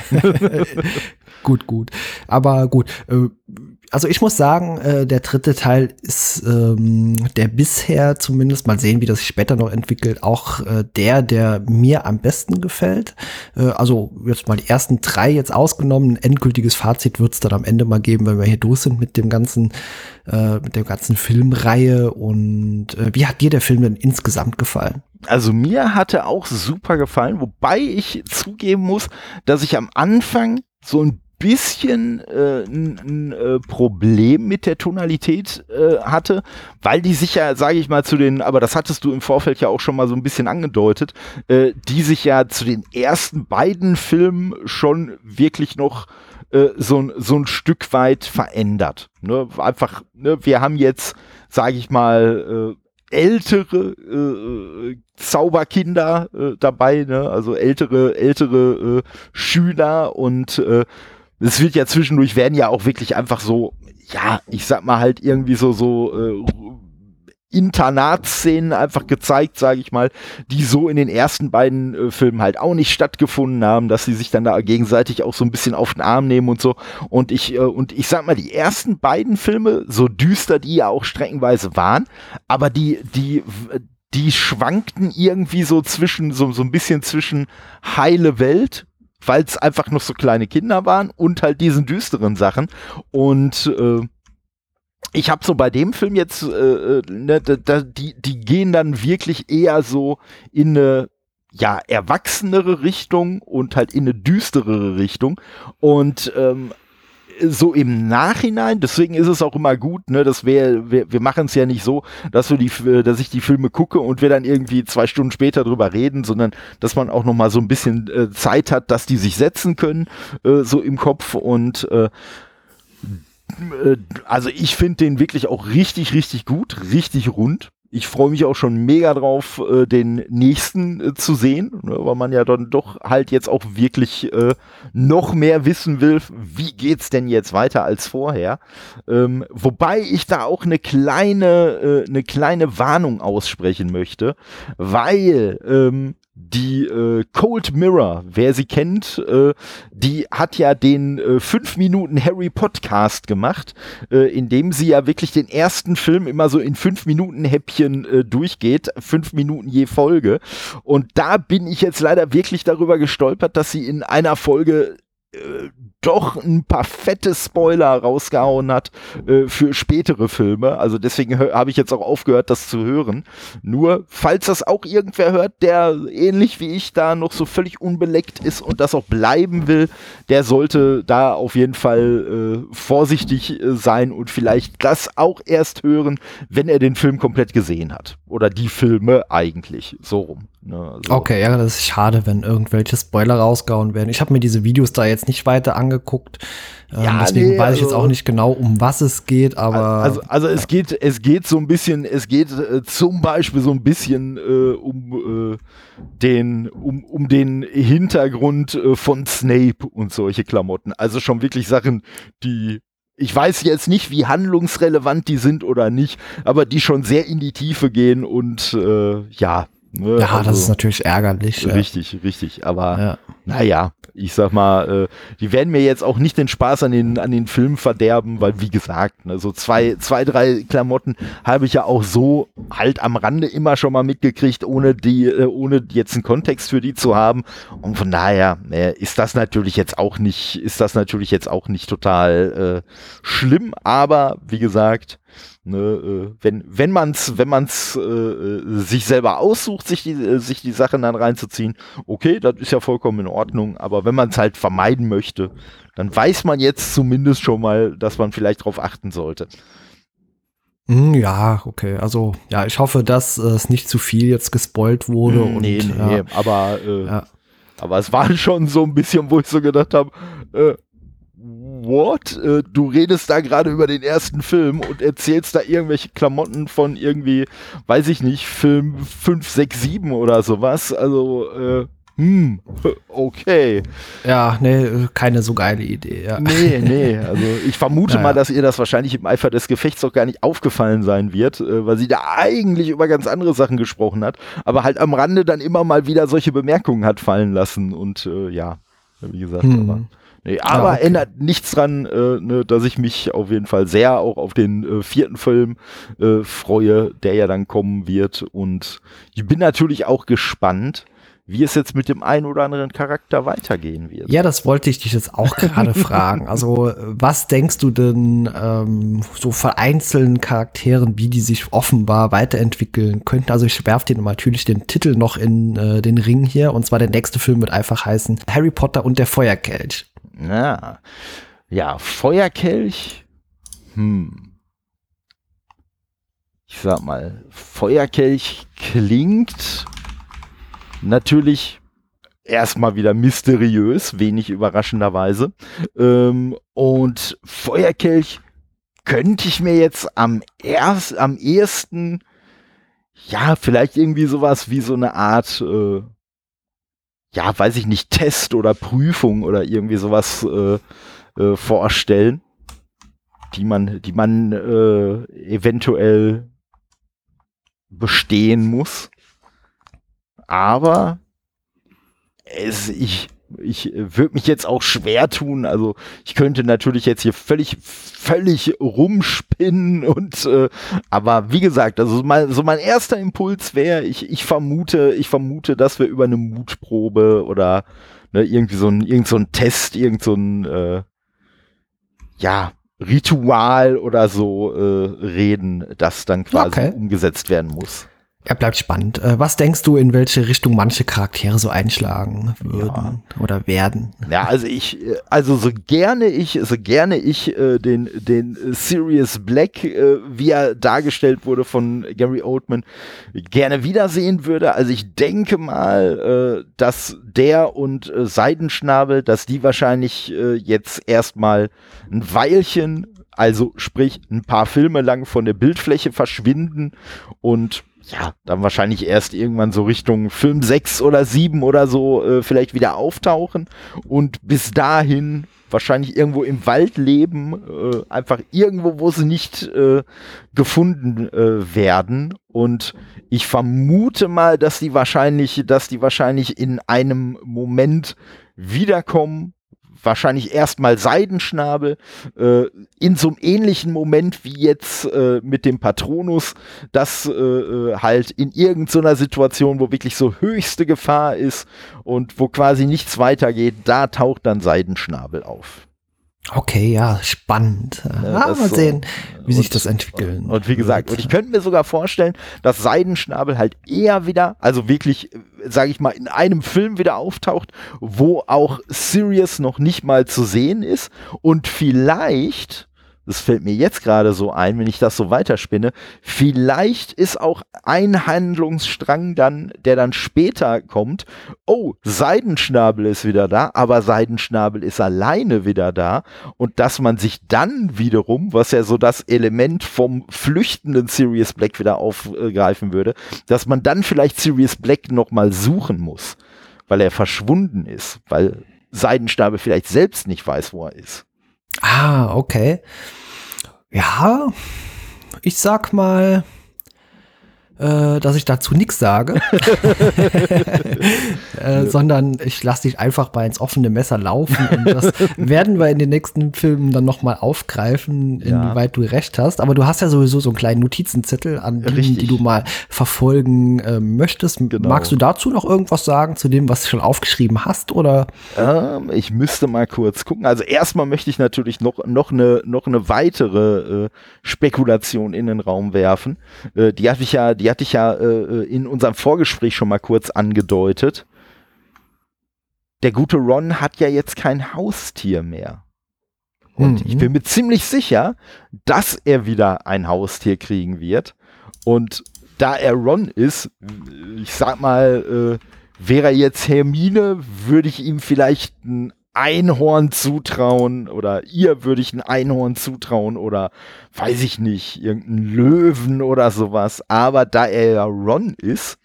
Gut, gut. Aber gut, äh, also ich muss sagen, äh, der dritte Teil ist ähm, der bisher zumindest, mal sehen, wie das sich später noch entwickelt, auch äh, der, der mir am besten gefällt. Äh, also jetzt mal die ersten drei jetzt ausgenommen. Ein endgültiges Fazit wird es dann am Ende mal geben, wenn wir hier durch sind mit dem ganzen, äh, mit der ganzen Filmreihe. Und äh, wie hat dir der Film denn insgesamt gefallen? Also mir hatte auch super gefallen, wobei ich zugeben muss, dass ich am Anfang so ein bisschen äh, ein, ein äh, Problem mit der Tonalität äh, hatte, weil die sich ja, sage ich mal, zu den, aber das hattest du im Vorfeld ja auch schon mal so ein bisschen angedeutet, äh, die sich ja zu den ersten beiden Filmen schon wirklich noch äh, so, so ein Stück weit verändert. Ne? Einfach, ne? Wir haben jetzt, sage ich mal, äh, ältere äh, Zauberkinder äh, dabei, ne? Also ältere, ältere äh, Schüler und äh, es wird ja zwischendurch, werden ja auch wirklich einfach so, ja, ich sag mal halt irgendwie so, so äh, Internatsszenen einfach gezeigt, sage ich mal, die so in den ersten beiden äh, Filmen halt auch nicht stattgefunden haben, dass sie sich dann da gegenseitig auch so ein bisschen auf den Arm nehmen und so. Und ich, äh, und ich sag mal, die ersten beiden Filme, so düster die ja auch streckenweise waren, aber die, die, die schwankten irgendwie so zwischen, so, so ein bisschen zwischen heile Welt, weil es einfach noch so kleine Kinder waren und halt diesen düsteren Sachen. Und äh, ich habe so bei dem Film jetzt, äh, ne, da, da, die, die gehen dann wirklich eher so in eine, ja, erwachsenere Richtung und halt in eine düsterere Richtung. Und ähm, so im Nachhinein, deswegen ist es auch immer gut, ne, dass wir, wir, wir machen es ja nicht so, dass wir die, dass ich die Filme gucke und wir dann irgendwie zwei Stunden später drüber reden, sondern dass man auch noch mal so ein bisschen äh, Zeit hat, dass die sich setzen können, äh, so im Kopf und äh, äh, also ich finde den wirklich auch richtig, richtig gut, richtig rund. Ich freue mich auch schon mega drauf, äh, den nächsten äh, zu sehen, ne, weil man ja dann doch halt jetzt auch wirklich äh, noch mehr wissen will, wie geht's denn jetzt weiter als vorher. Ähm, wobei ich da auch eine kleine, äh, eine kleine Warnung aussprechen möchte, weil ähm, die äh, Cold Mirror, wer sie kennt, äh, die hat ja den äh, fünf Minuten Harry Podcast gemacht, äh, in dem sie ja wirklich den ersten Film immer so in fünf Minuten Häppchen äh, durchgeht, fünf Minuten je Folge. Und da bin ich jetzt leider wirklich darüber gestolpert, dass sie in einer Folge äh, doch ein paar fette Spoiler rausgehauen hat äh, für spätere Filme. Also deswegen habe ich jetzt auch aufgehört, das zu hören. Nur, falls das auch irgendwer hört, der ähnlich wie ich da noch so völlig unbeleckt ist und das auch bleiben will, der sollte da auf jeden Fall äh, vorsichtig äh, sein und vielleicht das auch erst hören, wenn er den Film komplett gesehen hat. Oder die Filme eigentlich, so rum. Ne, also. Okay, ja, das ist schade, wenn irgendwelche Spoiler rausgehauen werden. Ich habe mir diese Videos da jetzt nicht weiter angeguckt. Ähm, Ja, deswegen nee, weiß ich also- jetzt auch nicht genau, um was es geht, aber Also, also es geht, es geht so ein bisschen, es geht äh, zum Beispiel so ein bisschen äh, um äh, den, um, um den Hintergrund äh, von Snape und solche Klamotten. Also schon wirklich Sachen, die ich weiß jetzt nicht, wie handlungsrelevant die sind oder nicht, aber die schon sehr in die Tiefe gehen und äh, ja. Ne, ja, also, das ist natürlich ärgerlich. ja. Richtig, richtig. Aber Ja. naja, ich sag mal, äh, die werden mir jetzt auch nicht den Spaß an den, an den Film verderben, weil wie gesagt, ne, so zwei, zwei, drei Klamotten habe ich ja auch so halt am Rande immer schon mal mitgekriegt, ohne die, äh, ohne jetzt einen Kontext für die zu haben. Und von daher äh, ist das natürlich jetzt auch nicht, ist das natürlich jetzt auch nicht total äh, schlimm, aber wie gesagt, Ne, äh, wenn wenn man's wenn man's äh, sich selber aussucht, sich die äh, sich die Sachen dann reinzuziehen, okay, das ist ja vollkommen in Ordnung. Aber wenn man es halt vermeiden möchte, dann weiß man jetzt zumindest schon mal, dass man vielleicht drauf achten sollte. Hm, ja, okay. Also, ja, ich hoffe, dass äh, es nicht zu viel jetzt gespoilt wurde. und, nee, nee, ja, nee, aber äh, Ja. aber es war schon so ein bisschen, wo ich so gedacht habe, äh, what? Äh, du redest da gerade über den ersten Film und erzählst da irgendwelche Klamotten von irgendwie, weiß ich nicht, Film fünf, sechs, sieben oder sowas. Also, äh, hm, okay. ja, nee, keine so geile Idee. Ja. Nee, nee, also ich vermute Naja. mal, dass ihr das wahrscheinlich im Eifer des Gefechts auch gar nicht aufgefallen sein wird, äh, weil sie da eigentlich über ganz andere Sachen gesprochen hat, aber halt am Rande dann immer mal wieder solche Bemerkungen hat fallen lassen und äh, ja, wie gesagt, Hm. aber Nee, aber Ja, okay. ändert nichts dran, äh, ne, dass ich mich auf jeden Fall sehr auch auf den äh, vierten Film äh, freue, der ja dann kommen wird. Und ich bin natürlich auch gespannt, wie es jetzt mit dem einen oder anderen Charakter weitergehen wird. Ja, das wollte ich dich jetzt auch gerade fragen. Also, äh, was denkst du denn ähm, so von einzelnen Charakteren, wie die sich offenbar weiterentwickeln könnten? Also, ich werfe dir natürlich den Titel noch in äh, den Ring hier. Und zwar der nächste Film wird einfach heißen Harry Potter und der Feuerkelch. Ja, ja, Feuerkelch. Hm. Ich sag mal, Feuerkelch klingt natürlich erstmal wieder mysteriös, wenig überraschenderweise. Ähm, und Feuerkelch könnte ich mir jetzt am erst, am ehesten, ja, vielleicht irgendwie sowas wie so eine Art, äh, ja, weiß ich nicht, Test oder Prüfung oder irgendwie sowas äh, äh, vorstellen, die man, die man äh, eventuell bestehen muss. Aber es, ich, ich würde mich jetzt auch schwer tun. Also ich könnte natürlich jetzt hier völlig, völlig rumspinnen und äh, aber wie gesagt, also mein, so mein erster Impuls wäre, ich, ich vermute, ich vermute, dass wir über eine Mutprobe oder ne, irgendwie so ein, irgend so ein Test, irgend so ein äh, ja, Ritual oder so äh, reden, das dann quasi Okay. umgesetzt werden muss. Ja, bleibt spannend. Äh, was denkst du, in welche Richtung manche Charaktere so einschlagen würden oder werden? Ja, also ich, äh, also so gerne ich, so gerne ich äh, den, den äh, Sirius Black, äh, wie er dargestellt wurde von Gary Oldman, gerne wiedersehen würde. Also ich denke mal, äh, dass der und äh, Seidenschnabel, dass die wahrscheinlich äh, jetzt erstmal ein Weilchen, also sprich ein paar Filme lang von der Bildfläche verschwinden und ja, dann wahrscheinlich erst irgendwann so Richtung Film sechs oder sieben oder so äh, vielleicht wieder auftauchen und bis dahin wahrscheinlich irgendwo im Wald leben, äh, einfach irgendwo, wo sie nicht äh, gefunden äh, werden. Und ich vermute mal, dass die wahrscheinlich, dass die wahrscheinlich in einem Moment wiederkommen, wahrscheinlich erstmal Seidenschnabel, äh, in so einem ähnlichen Moment wie jetzt äh, mit dem Patronus, dass äh, halt in irgendeiner Situation, wo wirklich so höchste Gefahr ist und wo quasi nichts weitergeht, da taucht dann Seidenschnabel auf. Okay, ja, spannend. Ja, ah, mal so. sehen, wie und, sich das entwickeln. Und wie gesagt, und ich könnte mir sogar vorstellen, dass Seidenschnabel halt eher wieder, also wirklich, sage ich mal, in einem Film wieder auftaucht, wo auch Sirius noch nicht mal zu sehen ist und vielleicht, das fällt mir jetzt gerade so ein, wenn ich das so weiterspinne, vielleicht ist auch ein Handlungsstrang dann, der dann später kommt, oh, Seidenschnabel ist wieder da, aber Seidenschnabel ist alleine wieder da und dass man sich dann wiederum, was ja so das Element vom flüchtenden Sirius Black wieder aufgreifen würde, dass man dann vielleicht Sirius Black nochmal suchen muss, weil er verschwunden ist, weil Seidenschnabel vielleicht selbst nicht weiß, wo er ist. Ah, okay. Ja, ich sag mal, äh, dass ich dazu nichts sage, äh, sondern ich lasse dich einfach mal ins offene Messer laufen und das werden wir in den nächsten Filmen dann nochmal aufgreifen, inwieweit ja. du recht hast. Aber du hast ja sowieso so einen kleinen Notizenzettel an Dingen, die du mal verfolgen äh, möchtest. Genau. Magst du dazu noch irgendwas sagen, zu dem, was du schon aufgeschrieben hast? Oder? Ähm, ich müsste mal kurz gucken. Also erstmal möchte ich natürlich noch, noch, eine, noch eine weitere äh, Spekulation in den Raum werfen. Äh, die hatte ich ja, die hatte ich ja äh, in unserem Vorgespräch schon mal kurz angedeutet. Der gute Ron hat ja jetzt kein Haustier mehr. Und mhm. ich bin mir ziemlich sicher, dass er wieder ein Haustier kriegen wird. Und da er Ron ist, ich sag mal, äh, wäre er jetzt Hermine, würde ich ihm vielleicht ein Einhorn zutrauen oder ihr würde ich ein Einhorn zutrauen oder weiß ich nicht, irgendeinen Löwen oder sowas. Aber da er ja Ron ist,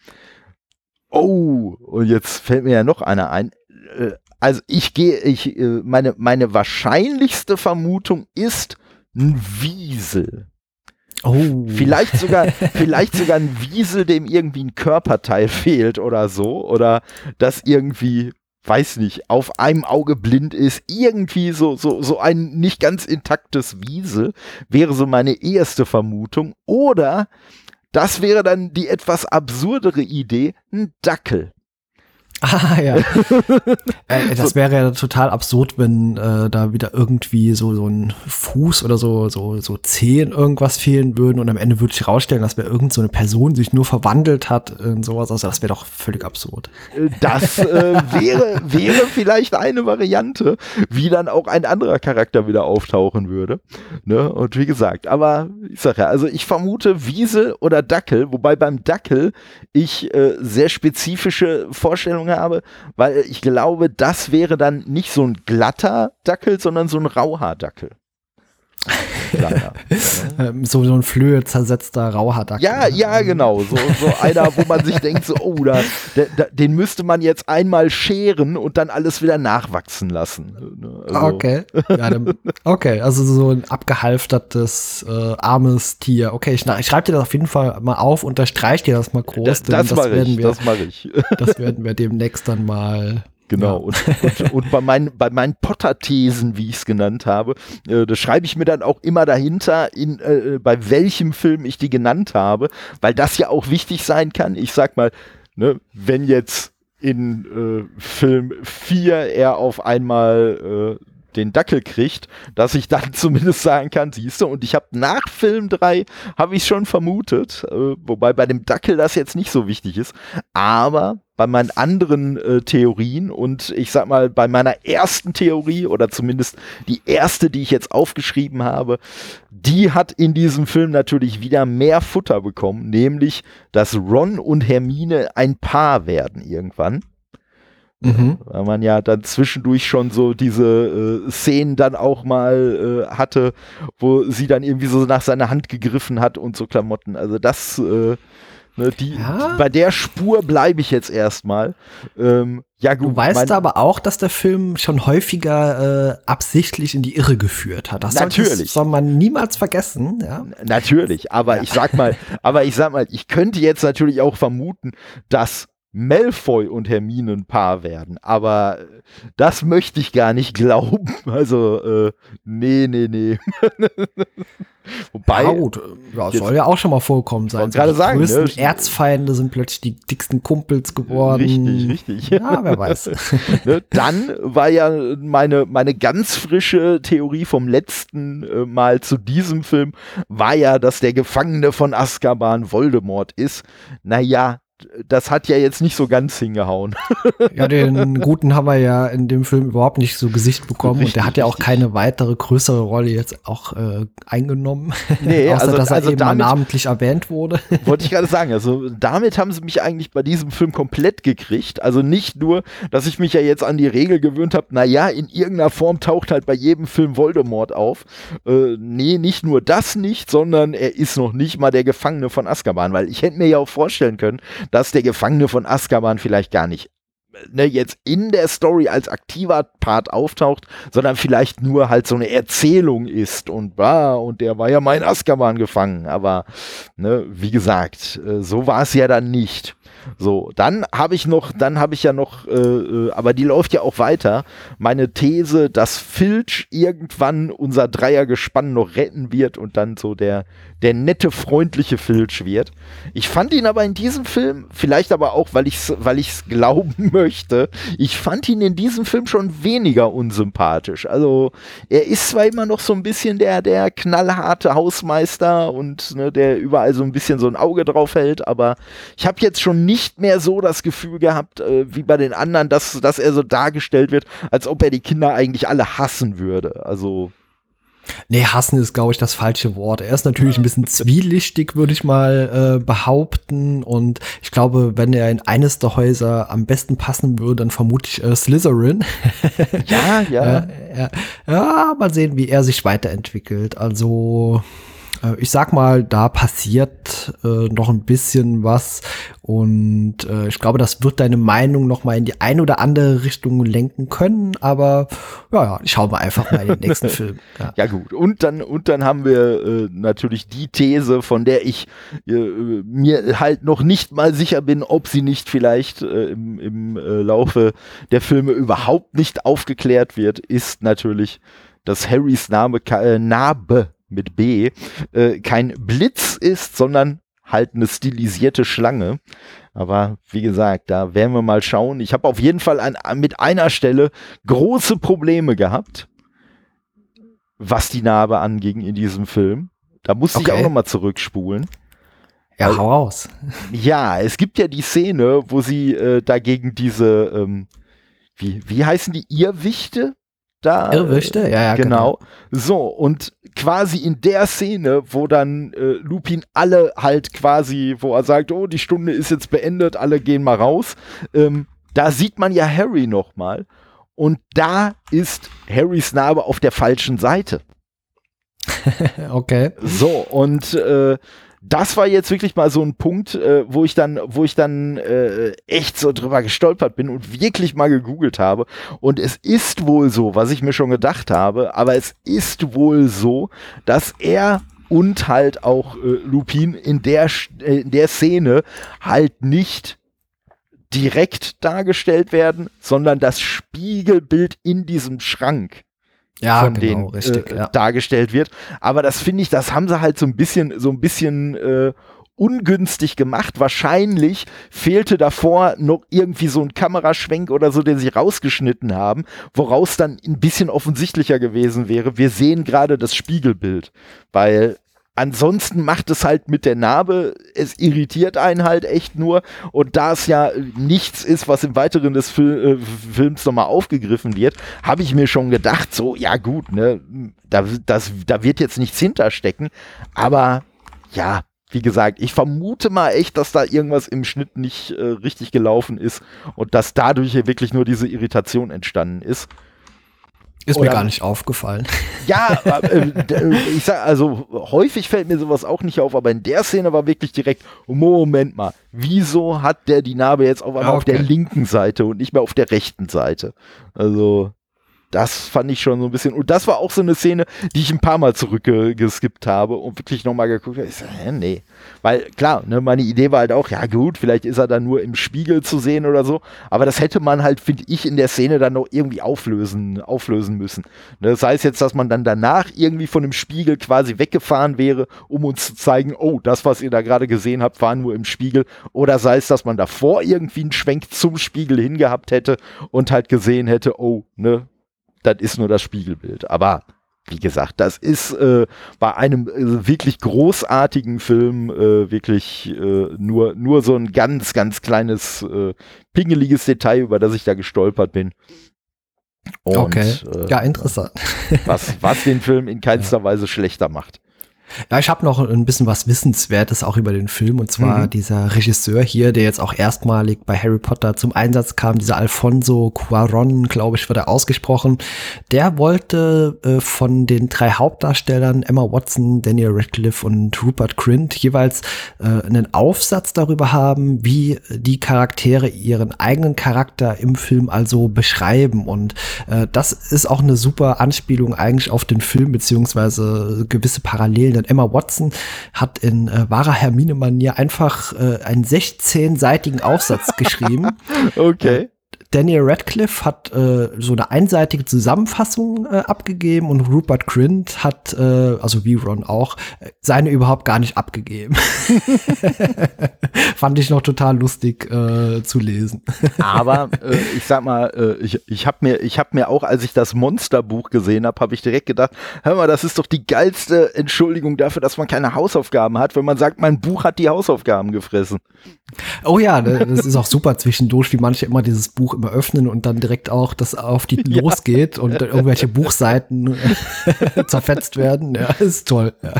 oh, und jetzt fällt mir ja noch einer ein. Äh, also ich gehe, ich, äh, meine, meine wahrscheinlichste Vermutung ist ein Wiesel. Oh. Vielleicht sogar, vielleicht sogar ein Wiesel, dem irgendwie ein Körperteil fehlt oder so. Oder das irgendwie, weiß nicht, auf einem Auge blind ist. Irgendwie so, so, so ein nicht ganz intaktes Wiesel wäre so meine erste Vermutung. Oder das wäre dann die etwas absurdere Idee, ein Dackel. Ah, ja. äh, das wäre ja total absurd, wenn äh, da wieder irgendwie so, so ein Fuß oder so, so, so Zehen irgendwas fehlen würden und am Ende würde ich rausstellen, dass irgend so eine Person sich nur verwandelt hat in sowas. Also das wäre doch völlig absurd. Das äh, wäre, wäre vielleicht eine Variante, wie dann auch ein anderer Charakter wieder auftauchen würde. Ne? Und wie gesagt, aber ich sag ja, also ich vermute Wiesel oder Dackel, wobei beim Dackel ich äh, sehr spezifische Vorstellungen habe, weil ich glaube, das wäre dann nicht so ein glatter Dackel, sondern so ein Rauhaardackel. ähm, so, so ein Flöhe zersetzter Rauhaardackel. Ja, ja, genau. So, so einer, wo man sich denkt, so, oh, da, da, den müsste man jetzt einmal scheren und dann alles wieder nachwachsen lassen. Also. Okay. Ja, dann, okay, also so ein abgehalftertes, äh, armes Tier. Okay, ich, ich schreibe dir das auf jeden Fall mal auf, unterstreiche dir das mal groß. Das, das, das mache ich, wir, das mache ich. Das werden wir demnächst dann mal. Genau, ja. und, und, und bei meinen, bei meinen Potter-Thesen, wie ich es genannt habe, äh, das schreibe ich mir dann auch immer dahinter, in, äh, bei welchem Film ich die genannt habe, weil das ja auch wichtig sein kann. Ich sag mal, ne, wenn jetzt in äh, Film vier er auf einmal äh, den Dackel kriegt, dass ich dann zumindest sagen kann, siehst du, und ich habe nach Film drei, habe ich schon vermutet, äh, wobei bei dem Dackel das jetzt nicht so wichtig ist, aber bei meinen anderen äh, Theorien und ich sag mal, bei meiner ersten Theorie oder zumindest die erste, die ich jetzt aufgeschrieben habe, die hat in diesem Film natürlich wieder mehr Futter bekommen, nämlich, dass Ron und Hermine ein Paar werden irgendwann. Mhm. Weil man ja dann zwischendurch schon so diese äh, Szenen dann auch mal äh, hatte, wo sie dann irgendwie so nach seiner Hand gegriffen hat und so Klamotten. Also das, äh, ne, die, ja. Bei der Spur bleibe ich jetzt erstmal. Ähm, ja, gut, du weißt aber auch, dass der Film schon häufiger äh, absichtlich in die Irre geführt hat. Das natürlich. Soll, das soll man niemals vergessen. Ja? Natürlich, aber ja. ich sag mal, aber ich sag mal, ich könnte jetzt natürlich auch vermuten, dass Malfoy und Hermine ein Paar werden. Aber das möchte ich gar nicht glauben. Also, äh, nee, nee, nee. Wobei, ja, gut, ja, soll ja auch schon mal vorkommen sein. gerade sagen, die größten ne? Erzfeinde sind plötzlich die dicksten Kumpels geworden. Richtig, richtig. Ja, wer weiß. Ne, dann war ja meine, meine ganz frische Theorie vom letzten äh, Mal zu diesem Film, war ja, dass der Gefangene von Azkaban Voldemort ist. Naja, das hat ja jetzt nicht so ganz hingehauen. Ja, den Guten haben wir ja in dem Film überhaupt nicht so Gesicht bekommen. Richtig, und der hat ja auch richtig. keine weitere größere Rolle jetzt auch äh, eingenommen. Nee, Außer, also- dass er also eben mal damit- namentlich erwähnt wurde. Wollte ich gerade sagen, also damit haben sie mich eigentlich bei diesem Film komplett gekriegt. Also nicht nur, dass ich mich ja jetzt an die Regel gewöhnt habe, naja, in irgendeiner Form taucht halt bei jedem Film Voldemort auf. Äh, nee, nicht nur das nicht, sondern er ist noch nicht mal der Gefangene von Azkaban, weil ich hätte mir ja auch vorstellen können, dass der Gefangene von Azkaban vielleicht gar nicht ne, jetzt in der Story als aktiver Part auftaucht, sondern vielleicht nur halt so eine Erzählung ist und ah, und der war ja mal in Azkaban gefangen, aber ne, wie gesagt, äh, so war es ja dann nicht. So, dann habe ich noch, dann habe ich ja noch, äh, äh, aber die läuft ja auch weiter, meine These, dass Filch irgendwann unser Dreiergespann noch retten wird und dann so der, der nette, freundliche Filch wird. Ich fand ihn aber in diesem Film, vielleicht aber auch, weil ich es weil ich's glauben möchte, ich fand ihn in diesem Film schon weniger unsympathisch. Also er ist zwar immer noch so ein bisschen der, der knallharte Hausmeister und ne, der überall so ein bisschen so ein Auge drauf hält, aber ich habe jetzt schon nicht mehr so das Gefühl gehabt, äh, wie bei den anderen, dass, dass er so dargestellt wird, als ob er die Kinder eigentlich alle hassen würde. Also Nee, hassen ist, glaube ich, das falsche Wort. Er ist natürlich ein bisschen zwielichtig, würde ich mal äh, behaupten. Und ich glaube, wenn er in eines der Häuser am besten passen würde, dann vermutlich äh, Slytherin. ja, ja. Äh, ja, ja, mal sehen, wie er sich weiterentwickelt. Also äh, ich sag mal, da passiert äh, noch ein bisschen was. Und äh, ich glaube, das wird deine Meinung noch mal in die eine oder andere Richtung lenken können. Aber ja, ja, schauen wir einfach mal in den nächsten Film. Ja. Ja gut, und dann, und dann haben wir äh, natürlich die These, von der ich äh, mir halt noch nicht mal sicher bin, ob sie nicht vielleicht äh, im, im äh, Laufe der Filme überhaupt nicht aufgeklärt wird, ist natürlich, dass Harrys Name, äh, Narbe mit B äh, kein Blitz ist, sondern halt eine stilisierte Schlange. Aber wie gesagt, da werden wir mal schauen. Ich habe auf jeden Fall an, mit einer Stelle große Probleme gehabt, was die Narbe anging in diesem Film. Da musste Okay. ich auch noch mal zurückspulen. Ja, hau raus. Ja, es gibt ja die Szene, wo sie äh, dagegen diese, ähm, wie, wie heißen die, Irrwichte? Da, Irrwichte? Ja, ja, genau. So, und quasi in der Szene, wo dann äh, Lupin alle halt quasi, wo er sagt, oh, die Stunde ist jetzt beendet, alle gehen mal raus, ähm, da sieht man ja Harry noch mal. Und da ist Harrys Narbe auf der falschen Seite. Okay. So, und äh, das war jetzt wirklich mal so ein Punkt, äh, wo ich dann, wo ich dann äh, echt so drüber gestolpert bin und wirklich mal gegoogelt habe. Und es ist wohl so, was ich mir schon gedacht habe, aber es ist wohl so, dass er und halt auch äh, Lupin in der, äh, in der Szene halt nicht direkt dargestellt werden, sondern das Spiegelbild in diesem Schrank Ja, von genau, denen richtig. äh, Ja. dargestellt wird. Aber das finde ich, das haben sie halt so ein bisschen, so ein bisschen äh, ungünstig gemacht. Wahrscheinlich fehlte davor noch irgendwie so ein Kameraschwenk oder so, den sie rausgeschnitten haben, woraus dann ein bisschen offensichtlicher gewesen wäre. Wir sehen gerade das Spiegelbild, weil ansonsten macht es halt mit der Narbe, es irritiert einen halt echt nur. Und da es ja nichts ist, was im Weiteren des Fil äh, Films nochmal aufgegriffen wird, habe ich mir schon gedacht, so, ja gut, ne, da, das, da wird jetzt nichts hinterstecken. Aber ja, wie gesagt, ich vermute mal echt, dass da irgendwas im Schnitt nicht äh, richtig gelaufen ist und dass dadurch hier wirklich nur diese Irritation entstanden ist. Ist Oder- mir gar nicht aufgefallen. Ja, äh, d- ich sag, also häufig fällt mir sowas auch nicht auf, aber in der Szene war wirklich direkt, Moment mal, wieso hat der die Narbe jetzt auf einmal Ja, auf der okay. linken Seite und nicht mehr auf der rechten Seite? Also, das fand ich schon so ein bisschen, und das war auch so eine Szene, die ich ein paar Mal zurückgeskippt habe und wirklich nochmal geguckt habe. Ich so, hä, nee. Weil klar, ne, meine Idee war halt auch, ja gut, vielleicht ist er dann nur im Spiegel zu sehen oder so, aber das hätte man halt, finde ich, in der Szene dann noch irgendwie auflösen, auflösen müssen. Ne, sei es jetzt, dass man dann danach irgendwie von dem Spiegel quasi weggefahren wäre, um uns zu zeigen, oh, das, was ihr da gerade gesehen habt, war nur im Spiegel, oder sei es, dass man davor irgendwie einen Schwenk zum Spiegel hingehabt hätte und halt gesehen hätte, oh, ne, das ist nur das Spiegelbild. Aber wie gesagt, das ist äh, bei einem äh, wirklich großartigen Film äh, wirklich äh, nur, nur so ein ganz, ganz kleines, äh, pingeliges Detail, über das ich da gestolpert bin. Und, okay, äh, ja, interessant. Was, was den Film in keinster Weise schlechter macht. Ja, ich habe noch ein bisschen was Wissenswertes auch über den Film, und zwar mhm. dieser Regisseur hier, der jetzt auch erstmalig bei Harry Potter zum Einsatz kam, dieser Alfonso Cuarón, glaube ich, wird er ausgesprochen, der wollte äh, von den drei Hauptdarstellern Emma Watson, Daniel Radcliffe und Rupert Grint jeweils äh, einen Aufsatz darüber haben, wie die Charaktere ihren eigenen Charakter im Film also beschreiben, und äh, das ist auch eine super Anspielung eigentlich auf den Film, beziehungsweise gewisse Parallelen. Emma Watson hat in äh, wahrer Hermine-Manier einfach äh, einen sechzehnseitigen Aufsatz geschrieben. Okay. Äh, Daniel Radcliffe hat äh, so eine einseitige Zusammenfassung äh, abgegeben, und Rupert Grint hat, äh, also wie Ron auch, seine überhaupt gar nicht abgegeben. Fand ich noch total lustig äh, zu lesen. Aber äh, ich sag mal, äh, ich, ich habe mir, ich hab mir auch, als ich das Monsterbuch gesehen habe, habe ich direkt gedacht, hör mal, das ist doch die geilste Entschuldigung dafür, dass man keine Hausaufgaben hat, wenn man sagt, mein Buch hat die Hausaufgaben gefressen. Oh ja, das ist auch super zwischendurch, wie manche immer dieses Buch immer öffnen und dann direkt auch das auf die ja. losgeht und irgendwelche Buchseiten zerfetzt werden. Ja, ist toll. Ja.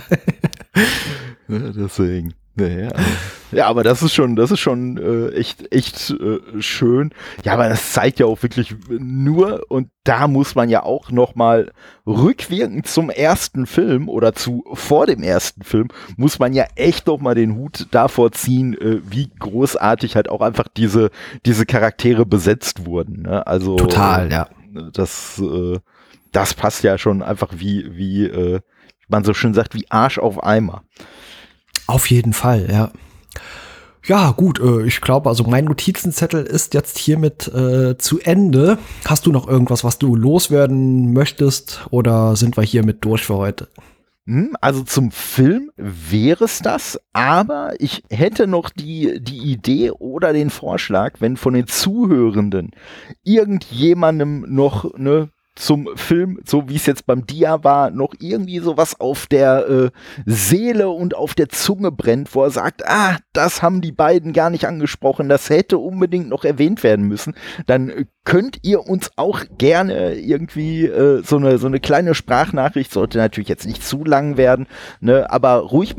Ja, deswegen. Ja, ja, aber das ist schon, das ist schon äh, echt, echt äh, schön. Ja, aber das zeigt ja auch wirklich nur, und da muss man ja auch noch mal rückwirkend zum ersten Film oder zu vor dem ersten Film, muss man ja echt noch mal den Hut davor ziehen, äh, wie großartig halt auch einfach diese, diese Charaktere besetzt wurden. Ne? Also total, ja. Das, äh, das passt ja schon einfach wie, wie äh, man so schön sagt, wie Arsch auf Eimer. Auf jeden Fall, ja. Ja, gut, äh, ich glaube, also mein Notizenzettel ist jetzt hiermit äh, zu Ende. Hast du noch irgendwas, was du loswerden möchtest, oder sind wir hiermit durch für heute? Also zum Film wäre es das, aber ich hätte noch die, die Idee oder den Vorschlag, wenn von den Zuhörenden irgendjemandem noch eine zum Film, so wie es jetzt beim Dia war, noch irgendwie sowas auf der äh, Seele und auf der Zunge brennt, wo er sagt, ah, das haben die beiden gar nicht angesprochen, das hätte unbedingt noch erwähnt werden müssen, dann äh, könnt ihr uns auch gerne irgendwie äh, so eine so eine kleine Sprachnachricht, sollte natürlich jetzt nicht zu lang werden, ne, aber ruhig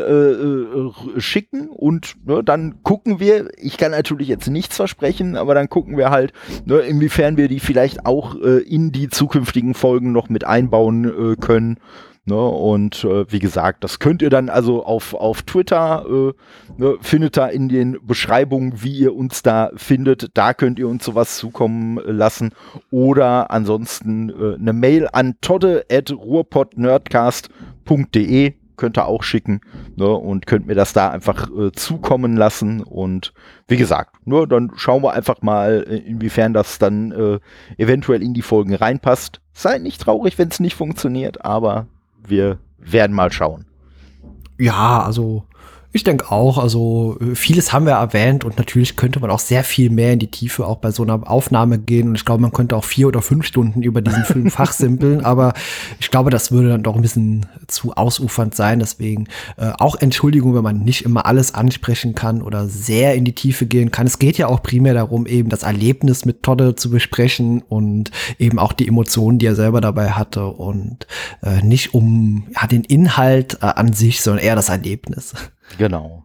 mal äh, äh, schicken, und ne, dann gucken wir, ich kann natürlich jetzt nichts versprechen, aber dann gucken wir halt, ne, inwiefern wir die vielleicht auch äh, in die zukünftigen Folgen noch mit einbauen äh, können. Ne, und äh, wie gesagt, das könnt ihr dann also auf, auf Twitter, äh, ne, findet da in den Beschreibungen, wie ihr uns da findet. Da könnt ihr uns sowas zukommen lassen. Oder ansonsten äh, eine Mail an todde at ruhrpottnerdcast punkt de könnt ihr auch schicken, ne, und könnt mir das da einfach äh, zukommen lassen. Und wie gesagt, nur dann schauen wir einfach mal, inwiefern das dann äh, eventuell in die Folgen reinpasst. Seid nicht traurig, wenn es nicht funktioniert, aber wir werden mal schauen. Ja, also ich denke auch, also vieles haben wir erwähnt, und natürlich könnte man auch sehr viel mehr in die Tiefe auch bei so einer Aufnahme gehen, und ich glaube, man könnte auch vier oder fünf Stunden über diesen Film fachsimpeln, aber ich glaube, das würde dann doch ein bisschen zu ausufernd sein, deswegen äh, auch Entschuldigung, wenn man nicht immer alles ansprechen kann oder sehr in die Tiefe gehen kann. Es geht ja auch primär darum, eben das Erlebnis mit Todde zu besprechen und eben auch die Emotionen, die er selber dabei hatte, und äh, nicht um ja, den Inhalt äh, an sich, sondern eher das Erlebnis. Genau.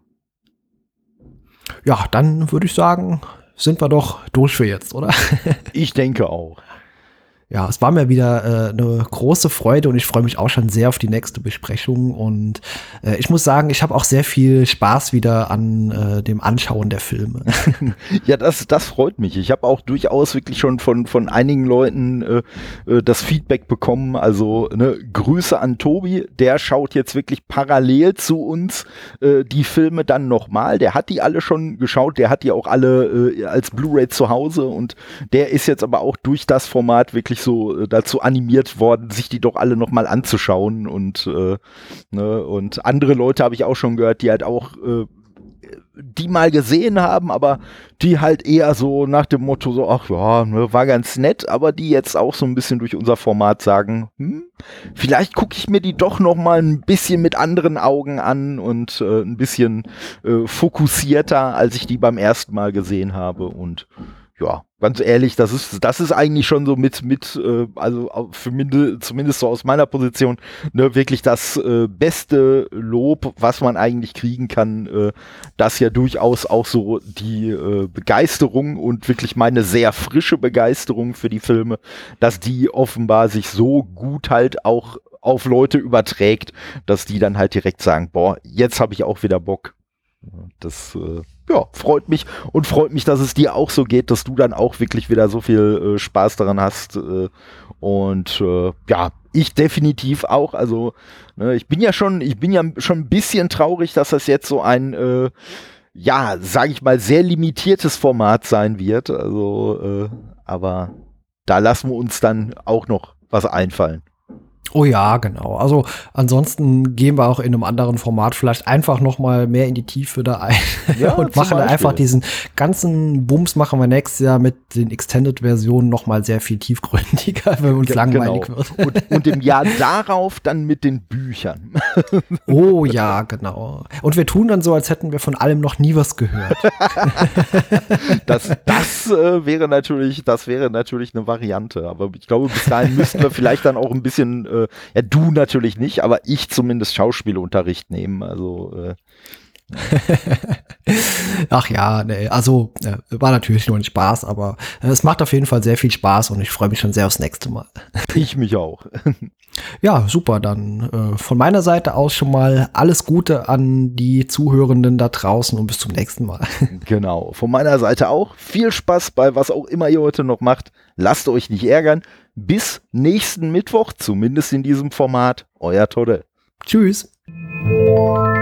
Ja, dann würde ich sagen, sind wir doch durch für jetzt, oder? Ich denke auch. Ja, es war mir wieder äh, eine große Freude und ich freue mich auch schon sehr auf die nächste Besprechung. Und äh, ich muss sagen, ich habe auch sehr viel Spaß wieder an äh, dem Anschauen der Filme. Ja, das, das freut mich. Ich habe auch durchaus wirklich schon von, von einigen Leuten äh, äh, das Feedback bekommen. Also ne, Grüße an Tobi, der schaut jetzt wirklich parallel zu uns äh, die Filme dann nochmal. Der hat die alle schon geschaut, der hat die auch alle äh, als Blu-ray zu Hause und der ist jetzt aber auch durch das Format wirklich so äh, dazu animiert worden, sich die doch alle nochmal anzuschauen und äh, ne, und andere Leute habe ich auch schon gehört, die halt auch äh, die mal gesehen haben, aber die halt eher so nach dem Motto so, ach ja, ne, war ganz nett, aber die jetzt auch so ein bisschen durch unser Format sagen, hm, vielleicht gucke ich mir die doch noch mal ein bisschen mit anderen Augen an und äh, ein bisschen äh, fokussierter, als ich die beim ersten Mal gesehen habe und ja, ganz ehrlich, das ist, das ist eigentlich schon so mit, mit, äh, also für minde, zumindest so aus meiner Position, ne, wirklich das äh, beste Lob, was man eigentlich kriegen kann, äh, dass ja durchaus auch so die äh, Begeisterung und wirklich meine sehr frische Begeisterung für die Filme, dass die offenbar sich so gut halt auch auf Leute überträgt, dass die dann halt direkt sagen, boah, jetzt habe ich auch wieder Bock. Das äh, ja, freut mich und freut mich, dass es dir auch so geht, dass du dann auch wirklich wieder so viel äh, Spaß daran hast äh, und äh, ja, ich definitiv auch, also ne, ich bin ja schon, ich bin ja schon ein bisschen traurig, dass das jetzt so ein äh, ja, sage ich mal, sehr limitiertes Format sein wird, also äh, aber da lassen wir uns dann auch noch was einfallen. Oh ja, genau. Also ansonsten gehen wir auch in einem anderen Format vielleicht einfach noch mal mehr in die Tiefe da ein ja, und machen da einfach diesen ganzen Bums machen wir nächstes Jahr mit den Extended-Versionen noch mal sehr viel tiefgründiger, wenn uns Ge- langweilig genau. wird. Und, und im Jahr darauf dann mit den Büchern. Oh ja, genau. Und wir tun dann so, als hätten wir von allem noch nie was gehört. das das äh, wäre natürlich, das wäre natürlich eine Variante. Aber ich glaube, bis dahin müssten wir vielleicht dann auch ein bisschen äh, ja, du natürlich nicht, aber ich zumindest Schauspielunterricht nehmen, also äh. Ach ja, nee, also äh, war natürlich nur ein Spaß, aber äh, es macht auf jeden Fall sehr viel Spaß und ich freue mich schon sehr aufs nächste Mal. Ich mich auch. Ja, super, dann äh, von meiner Seite aus schon mal alles Gute an die Zuhörenden da draußen und bis zum nächsten Mal. Genau, von meiner Seite auch viel Spaß bei was auch immer ihr heute noch macht. Lasst euch nicht ärgern. Bis nächsten Mittwoch, zumindest in diesem Format. Euer Todde. Tschüss.